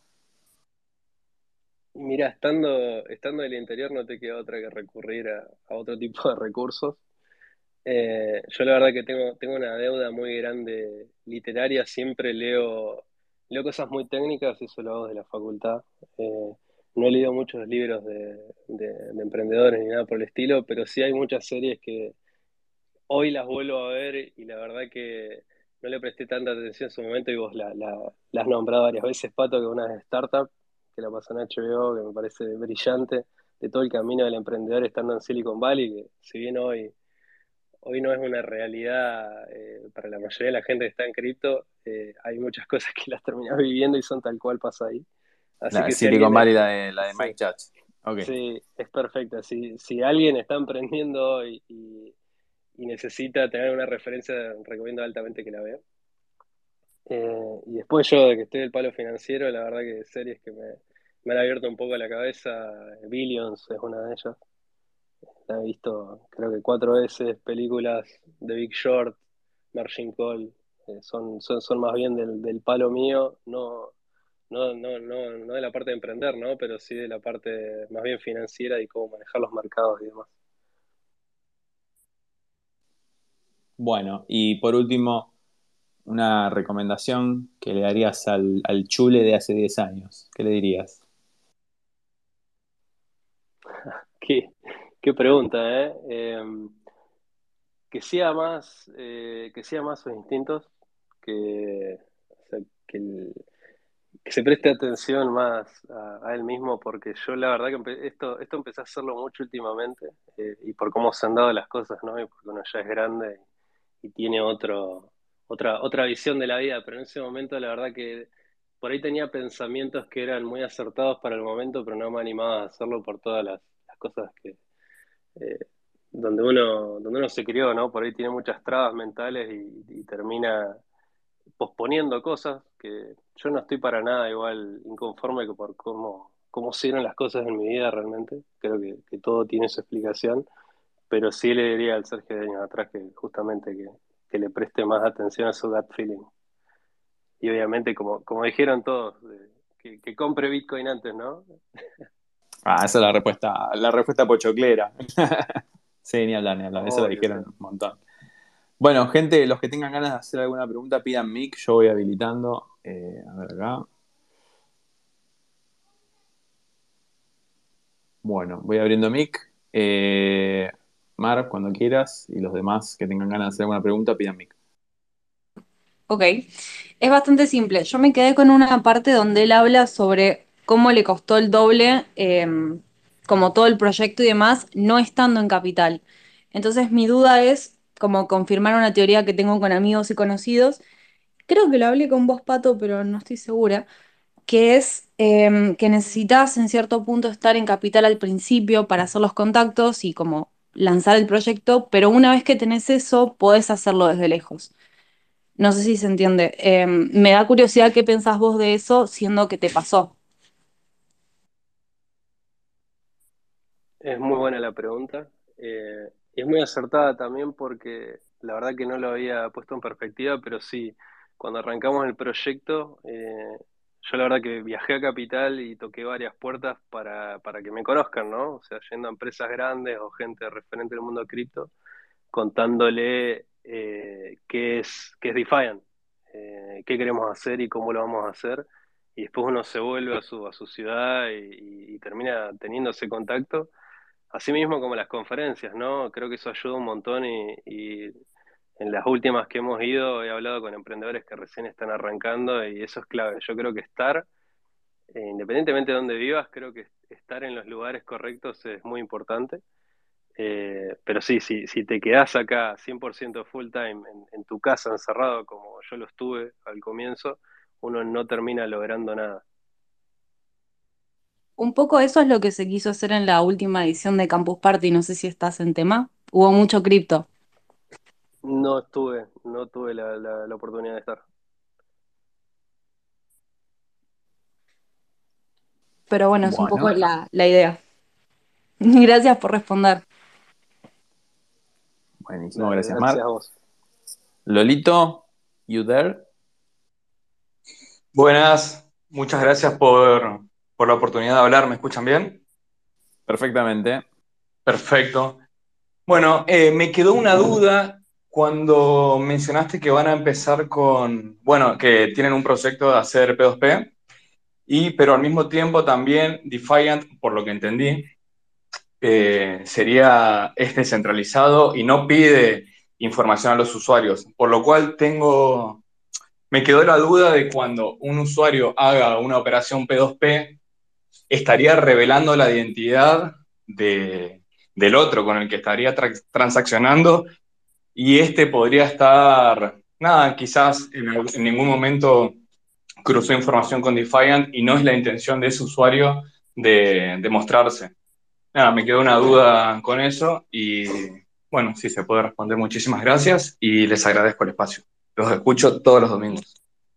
Mira, estando, estando en el interior no te queda otra que recurrir a, a otro tipo de recursos. Eh, yo la verdad que tengo, tengo una deuda muy grande literaria, siempre leo, leo cosas muy técnicas y eso lo hago de la facultad. Eh, no he leído muchos libros de, de, de emprendedores ni nada por el estilo, pero sí hay muchas series que hoy las vuelvo a ver y la verdad que no le presté tanta atención en su momento y vos la, la, la has nombrado varias veces, Pato, que una es Startup, que la pasó en H B O, que me parece brillante, de todo el camino del emprendedor estando en Silicon Valley, que si bien hoy, hoy no es una realidad eh, para la mayoría de la gente que está en cripto, eh, hay muchas cosas que las terminás viviendo y son tal cual pasa ahí. Así La de que si Silicon alguien es, Valley, la de, la de sí, Mike Judge. Ok. sí, es perfecta. Si, si alguien está emprendiendo hoy y, y necesita tener una referencia, recomiendo altamente que la vea. Eh, y después yo, de que estoy del palo financiero, la verdad que series que me, me han abierto un poco la cabeza, Billions es una de ellas. La he visto creo que cuatro veces, películas de Big Short, Margin Call, eh, son, son, son más bien del, del palo mío, no, no, no, no, no de la parte de emprender, ¿no? Pero sí de la parte más bien financiera y cómo manejar los mercados y demás. Bueno, y por último, una recomendación que le darías al, al Chule de hace diez años. ¿Qué le dirías? Qué, qué pregunta, ¿eh? Eh, que sea más, eh, que sea más sus instintos, que, o sea, que, el- que se preste atención más a, a él mismo, porque yo la verdad que empe- esto, esto empecé a hacerlo mucho últimamente, eh, y por cómo se han dado las cosas, ¿no? Y porque uno ya es grande y tiene otro, otra, otra visión de la vida, pero en ese momento la verdad que por ahí tenía pensamientos que eran muy acertados para el momento, pero no me animaba a hacerlo por todas las, las cosas que, eh, donde uno, donde uno se crió, ¿no? Por ahí tiene muchas trabas mentales y, y termina posponiendo cosas que yo no estoy para nada igual inconforme que por cómo, cómo se dieron las cosas en mi vida realmente. Creo que, que todo tiene su explicación, pero sí le diría al Sergio de años atrás que justamente que, que le preste más atención a su gut feeling. Y obviamente, como, como dijeron todos, eh, que, que compre Bitcoin antes, ¿no? Ah, esa es la respuesta, la respuesta pochoclera. Sí, ni hablar, ni hablar. Eso lo Obvio, sí. dijeron un montón. Bueno, gente, los que tengan ganas de hacer alguna pregunta, pidan mic, yo voy habilitando. Eh, a ver acá. Bueno, voy abriendo mic. Eh, Mar, cuando quieras, y los demás que tengan ganas de hacer alguna pregunta, pidan mic. Ok, es bastante simple. Yo me quedé con una parte donde él habla sobre cómo le costó el doble, eh, como todo el proyecto y demás, no estando en capital. Entonces mi duda es como confirmar una teoría que tengo con amigos y conocidos. Creo que lo hablé con vos, Pato, pero no estoy segura, que es eh, que necesitas en cierto punto estar en capital al principio para hacer los contactos y como lanzar el proyecto, pero una vez que tenés eso, podés hacerlo desde lejos. No sé si se entiende. Eh, me da curiosidad qué pensás vos de eso, siendo que te pasó. Es muy buena la pregunta. Eh, y es muy acertada también porque la verdad que no lo había puesto en perspectiva, pero sí, cuando arrancamos el proyecto, eh, yo la verdad que viajé a Capital y toqué varias puertas para, para que me conozcan, ¿no? O sea, yendo a empresas grandes o gente referente del mundo cripto, contándole eh, qué es, qué es Defiant, eh, qué queremos hacer y cómo lo vamos a hacer. Y después uno se vuelve a su, a su ciudad y, y y termina teniendo ese contacto. Así mismo como las conferencias, ¿no? Creo que eso ayuda un montón y, y en las últimas que hemos ido he hablado con emprendedores que recién están arrancando y eso es clave. Yo creo que estar, eh, independientemente de dónde vivas, creo que estar en los lugares correctos es muy importante. Eh, pero sí, sí, si te quedás acá cien por ciento full time en, en tu casa encerrado como yo lo estuve al comienzo, uno no termina logrando nada. Un poco eso es lo que se quiso hacer en la última edición de Campus Party, no sé si estás en tema. Hubo mucho cripto, No estuve, no tuve la, la, la oportunidad de estar. pero bueno, es un poco Bueno, la, la idea. Gracias por responder. buenísimo, Dale, gracias, gracias Mar. a vos. Lolito, you there? Buenas, muchas gracias por, por la oportunidad de hablar. ¿Me escuchan bien? Perfectamente. Perfecto. Bueno, eh, me quedó una duda cuando mencionaste que van a empezar con, bueno, que tienen un proyecto de hacer P dos P, y, pero al mismo tiempo también Defiant, por lo que entendí, eh, sería, es descentralizado y no pide información a los usuarios, por lo cual tengo, me quedó la duda de cuando un usuario haga una operación P dos P, estaría revelando la identidad de, del otro con el que estaría tra transaccionando, y este podría estar, nada, quizás en, en ningún momento cruzó información con Defiant y no es la intención de ese usuario de, de mostrarse. Nada, me quedó una duda con eso y bueno, si se puede responder, muchísimas gracias y les agradezco el espacio. Los escucho todos los domingos.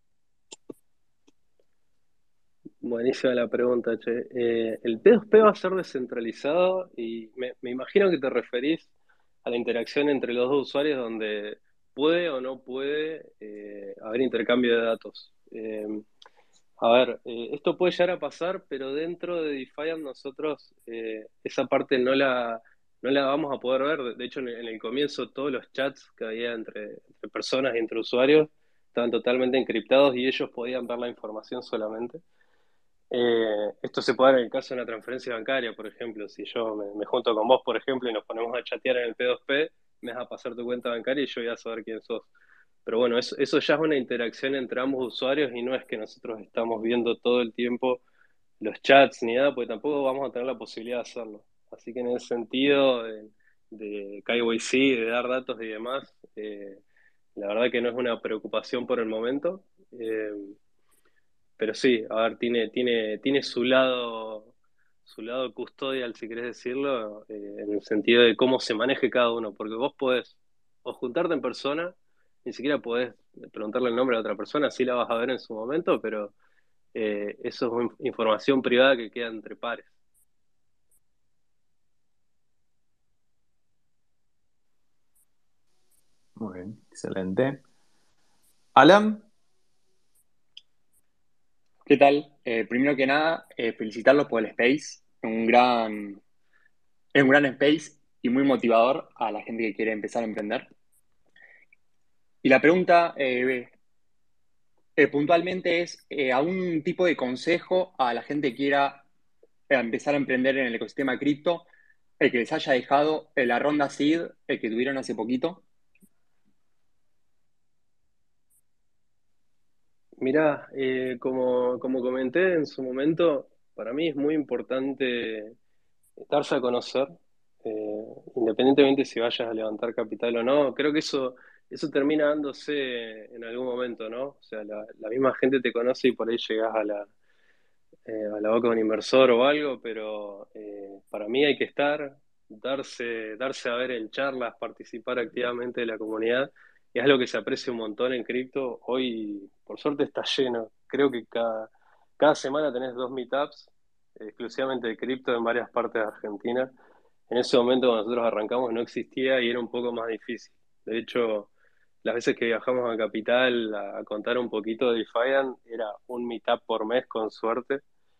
Buenísima la pregunta, che. Eh, el P dos P va a ser descentralizado y me, me imagino que te referís a la interacción entre los dos usuarios donde puede o no puede eh, haber intercambio de datos. Eh, A ver, eh, esto puede llegar a pasar, pero dentro de Defiant nosotros eh, esa parte no la, no la vamos a poder ver. De de hecho, en el, en el comienzo todos los chats que había entre, entre personas y entre usuarios estaban totalmente encriptados y ellos podían ver la información solamente. Eh, esto se puede dar en el caso de una transferencia bancaria, por ejemplo. Si yo me, me junto con vos, por ejemplo, y nos ponemos a chatear en el P dos P, me vas a pasar tu cuenta bancaria y yo voy a saber quién sos. Pero bueno, eso, eso ya es una interacción entre ambos usuarios y no es que nosotros estamos viendo todo el tiempo los chats ni nada, porque tampoco vamos a tener la posibilidad de hacerlo. Así que en ese sentido de, de K Y C, de dar datos y demás, eh, la verdad que no es una preocupación por el momento. Eh, pero sí, a ver, tiene, tiene, tiene su lado, su lado custodial, si querés decirlo, eh, en el sentido de cómo se maneje cada uno, porque vos podés o juntarte en persona, ni siquiera podés preguntarle el nombre a otra persona, sí la vas a ver en su momento, pero eh, eso es un- información privada que queda entre pares. Muy bien, excelente. Alan, ¿Qué tal? Eh, primero que nada, eh, felicitarlos por el Space. Un gran, es un gran Space y muy motivador a la gente que quiere empezar a emprender. Y la pregunta eh, eh, puntualmente es eh, a un tipo de consejo a la gente que quiera eh, empezar a emprender en el ecosistema cripto, el que les haya dejado eh, la ronda seed, el que tuvieron hace poquito. Mirá, eh, como, como comenté en su momento, para mí es muy importante darse a conocer, eh, independientemente si vayas a levantar capital o no. Creo que eso, eso termina dándose en algún momento, ¿no? O sea, la, la misma gente te conoce y por ahí llegás a la, eh, a la boca de un inversor o algo, pero eh, para mí hay que estar, darse, darse a ver en charlas, participar activamente de la comunidad. Y es algo que se aprecia un montón en cripto. Hoy, por suerte, está lleno. Creo que cada, cada semana tenés dos meetups eh, exclusivamente de cripto en varias partes de Argentina. En ese momento, cuando nosotros arrancamos, no existía y era un poco más difícil. De hecho, las veces que viajamos a Capital a, a contar un poquito de Defiant, era un meetup por mes con suerte.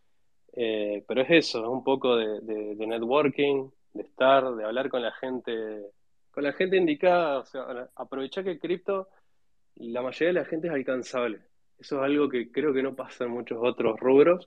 Eh, pero es eso, es un poco de, de- de networking, de estar, de hablar con la gente, con la gente indicada, o sea, aprovechar que cripto, la mayoría de la gente es alcanzable. Eso es algo que creo que no pasa en muchos otros rubros.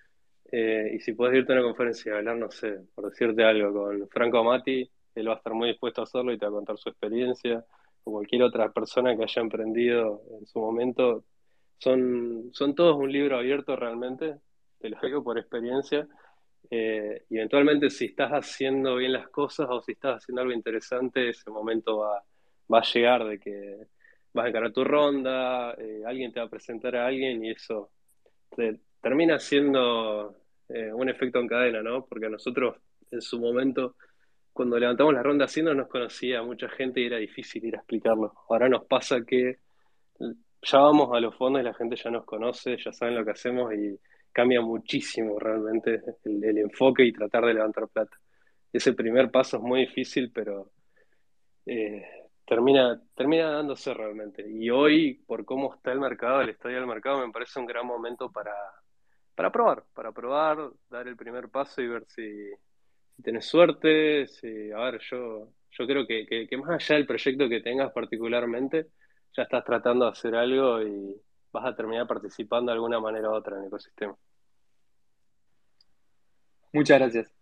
Eh, y si puedes irte a una conferencia y hablar, no sé, por decirte algo, con Franco Amati, él va a estar muy dispuesto a hacerlo y te va a contar su experiencia, o cualquier otra persona que haya emprendido en su momento. Son, son todos un libro abierto realmente, te lo digo por experiencia. Eh, y eventualmente si estás haciendo bien las cosas o si estás haciendo algo interesante, ese momento va, va a llegar de que vas a encarar tu ronda, eh, alguien te va a presentar a alguien y eso te- termina siendo eh, un efecto en cadena, ¿no? Porque a nosotros en su momento, cuando levantamos la ronda así, no nos conocía mucha gente y era difícil ir a explicarlo. Ahora nos pasa que ya vamos a los fondos y la gente ya nos conoce, ya saben lo que hacemos y cambia muchísimo realmente el, el enfoque y tratar de levantar plata. Ese primer paso es muy difícil, pero eh, termina, termina dándose realmente. Y hoy, por cómo está el mercado, el estadio del mercado, me parece un gran momento para, para probar, para probar, dar el primer paso y ver si, si tenés suerte. Si, a ver, yo, yo creo que, que, que más allá del proyecto que tengas particularmente, ya estás tratando de hacer algo y vas a terminar participando de alguna manera u otra en el ecosistema. Muchas gracias.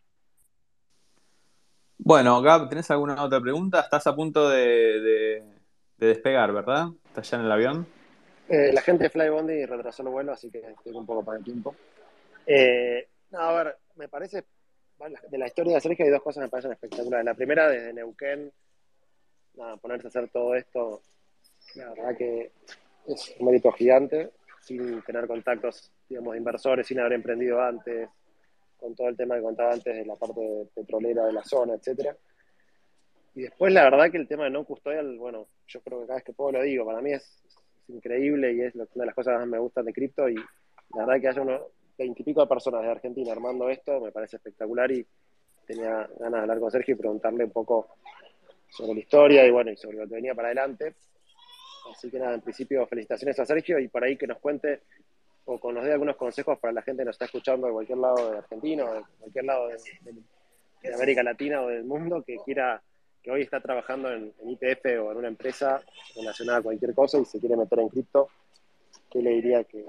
bueno, Gab, ¿tenés alguna otra pregunta? Estás a punto de, de- de despegar, ¿verdad? ¿Estás ya en el avión? Eh, la gente de Flybondi retrasó el vuelo, así que estoy un poco para el tiempo. Eh, no, a ver, me parece, bueno, de la historia de Sergio hay dos cosas que me parecen espectaculares. La primera, desde Neuquén, nada, ponerse a hacer todo esto, la verdad que es un mérito gigante, sin tener contactos, digamos, de inversores, sin haber emprendido antes, con todo el tema que contaba antes de la parte petrolera de la zona, etcétera. Y después, la verdad que el tema de no custodial, bueno, yo creo que cada vez que puedo lo digo, para mí es, es increíble y es una de las cosas que más me gustan de cripto y la verdad que haya unos veintipico de personas de Argentina armando esto me parece espectacular y tenía ganas de hablar con Sergio y preguntarle un poco sobre la historia y bueno, y sobre lo que venía para adelante. Así que nada, en principio felicitaciones a Sergio y por ahí que nos cuente o con nos dé algunos consejos para la gente que nos está escuchando de cualquier lado de Argentina o de cualquier lado de, de, de América Latina o del mundo que quiera, que hoy está trabajando en, en Y P F o en una empresa relacionada a cualquier cosa y se quiere meter en cripto, ¿qué le diría que,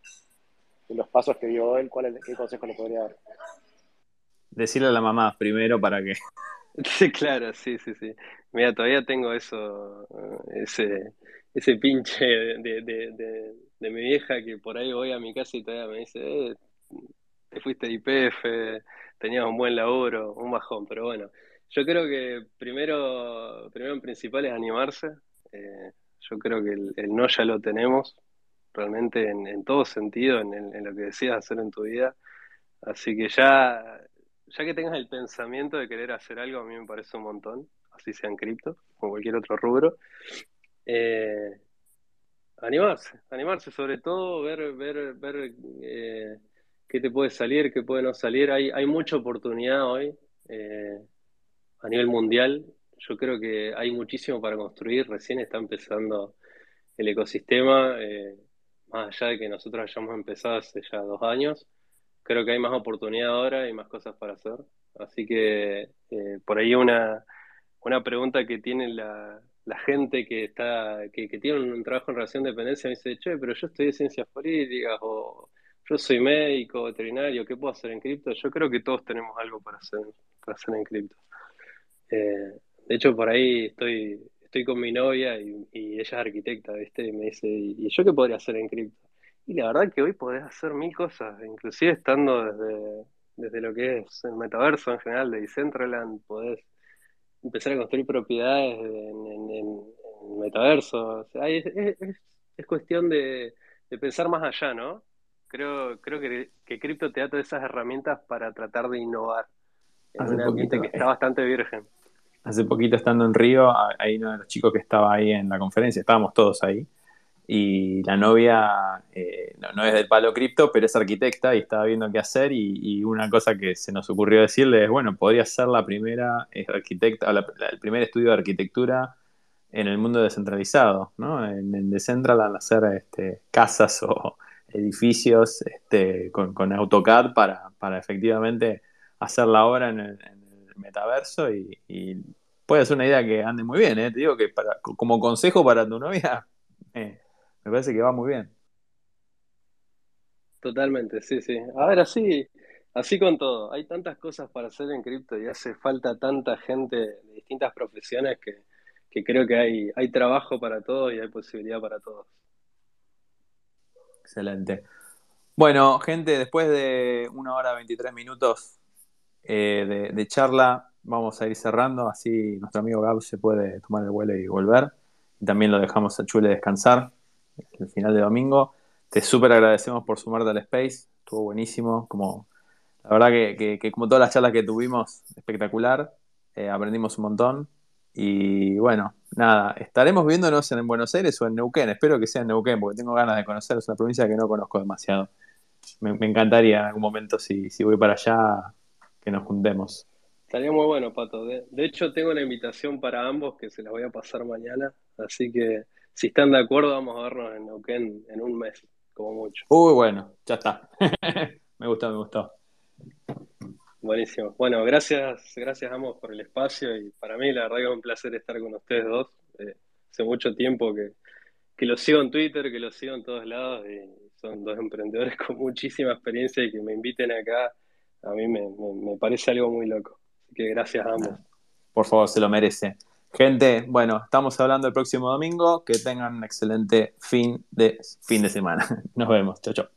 que los pasos que vio él, cuál, qué consejo le podría dar? Decirle a la mamá primero para que... Sí, claro, sí, sí, sí. Mira, todavía tengo eso, eh, ese, ese pinche de, de, de, de mi vieja que por ahí voy a mi casa y todavía me dice, eh, te fuiste de Y P F, tenías un buen laburo, un bajón, pero bueno, yo creo que primero, primero en principal es animarse. Eh, yo creo que el, el no ya lo tenemos, realmente en, en todo sentido, en, en, en lo que decidas hacer en tu vida. Así que ya, ya que tengas el pensamiento de querer hacer algo, a mí me parece un montón, así sea en cripto o cualquier otro rubro. Eh, animarse, animarse, sobre todo ver, ver, ver eh, qué te puede salir, qué puede no salir. Hay, hay mucha oportunidad hoy eh, a nivel mundial. Yo creo que hay muchísimo para construir, recién está empezando el ecosistema, eh, más allá de que nosotros hayamos empezado hace ya dos años. Creo que hay más oportunidad ahora y más cosas para hacer. Así que eh, por ahí una, una pregunta que tiene la, la gente que está, que, que tiene un trabajo en relación de dependencia, me dice, che, pero yo estudié ciencias políticas o yo soy médico, veterinario, ¿qué puedo hacer en cripto? Yo creo que todos tenemos algo para hacer, para hacer en cripto. Eh, de hecho, por ahí estoy, estoy con mi novia y, y ella es arquitecta, ¿viste? Y me dice, ¿y yo qué podría hacer en cripto? Y la verdad que hoy podés hacer mil cosas, inclusive estando desde, desde lo que es el metaverso en general, de Decentraland, podés empezar a construir propiedades en, en, en- en metaverso. O sea, es, es, es- es cuestión de, de pensar más allá, ¿no? Creo, creo que, que cripto te da todas esas herramientas para tratar de innovar en Hace un ambiente poquito, que está eh, bastante virgen. hace poquito estando en Río, a- hay uno de los chicos que estaba ahí en la conferencia, estábamos todos ahí, y la novia eh, no, no es del palo cripto, pero es arquitecta y estaba viendo qué hacer y, y una cosa que se nos ocurrió decirle es, bueno, podría ser la primera eh, arquitecta, o la- la- el primer estudio de arquitectura en el mundo descentralizado, ¿no? En, en Decentraland hacer este, casas o edificios este, con, con AutoCAD para, para efectivamente hacer la obra en el, en el metaverso y, y puede ser una idea que ande muy bien, ¿eh? Te digo que para, como consejo para tu novia, eh, me parece que va muy bien. Totalmente, sí, sí. A ver, así, así con todo. Hay tantas cosas para hacer en cripto y hace falta tanta gente de distintas profesiones que, que creo que hay, hay trabajo para todos y hay posibilidad para todos. Excelente. Bueno, gente, después de una hora veintitrés minutos eh, de, de charla, vamos a ir cerrando, así nuestro amigo Gab se puede tomar el vuelo y volver. Y también lo dejamos a Chule descansar el final de domingo. Te súper agradecemos por sumarte al Space, estuvo buenísimo, como, la verdad que, que- que como todas las charlas que tuvimos, espectacular. Eh, aprendimos un montón. Y bueno, nada, estaremos viéndonos en Buenos Aires o en Neuquén. Espero que sea en Neuquén, porque tengo ganas de conocer. Es una provincia que no conozco demasiado. Me, me encantaría en algún momento, si, si voy para allá, que nos juntemos. Estaría muy bueno, Pato. De, de hecho, tengo una invitación para ambos que se las voy a pasar mañana. Así que, si están de acuerdo, vamos a vernos en Neuquén en un mes, como mucho. Uy, bueno, ya está. Me gustó, me gustó. Buenísimo. Bueno, gracias, gracias a ambos por el espacio y para mí la verdad que es un placer estar con ustedes dos. Eh, hace mucho tiempo que, que los sigo en Twitter, que los sigo en todos lados y son dos emprendedores con muchísima experiencia y que me inviten acá, a mí me, me, me parece algo muy loco. Así que gracias a ambos. Por favor, se lo merece. Gente, bueno, estamos hablando el próximo domingo. Que tengan un excelente fin de, fin de semana. Nos vemos. Chau, chau.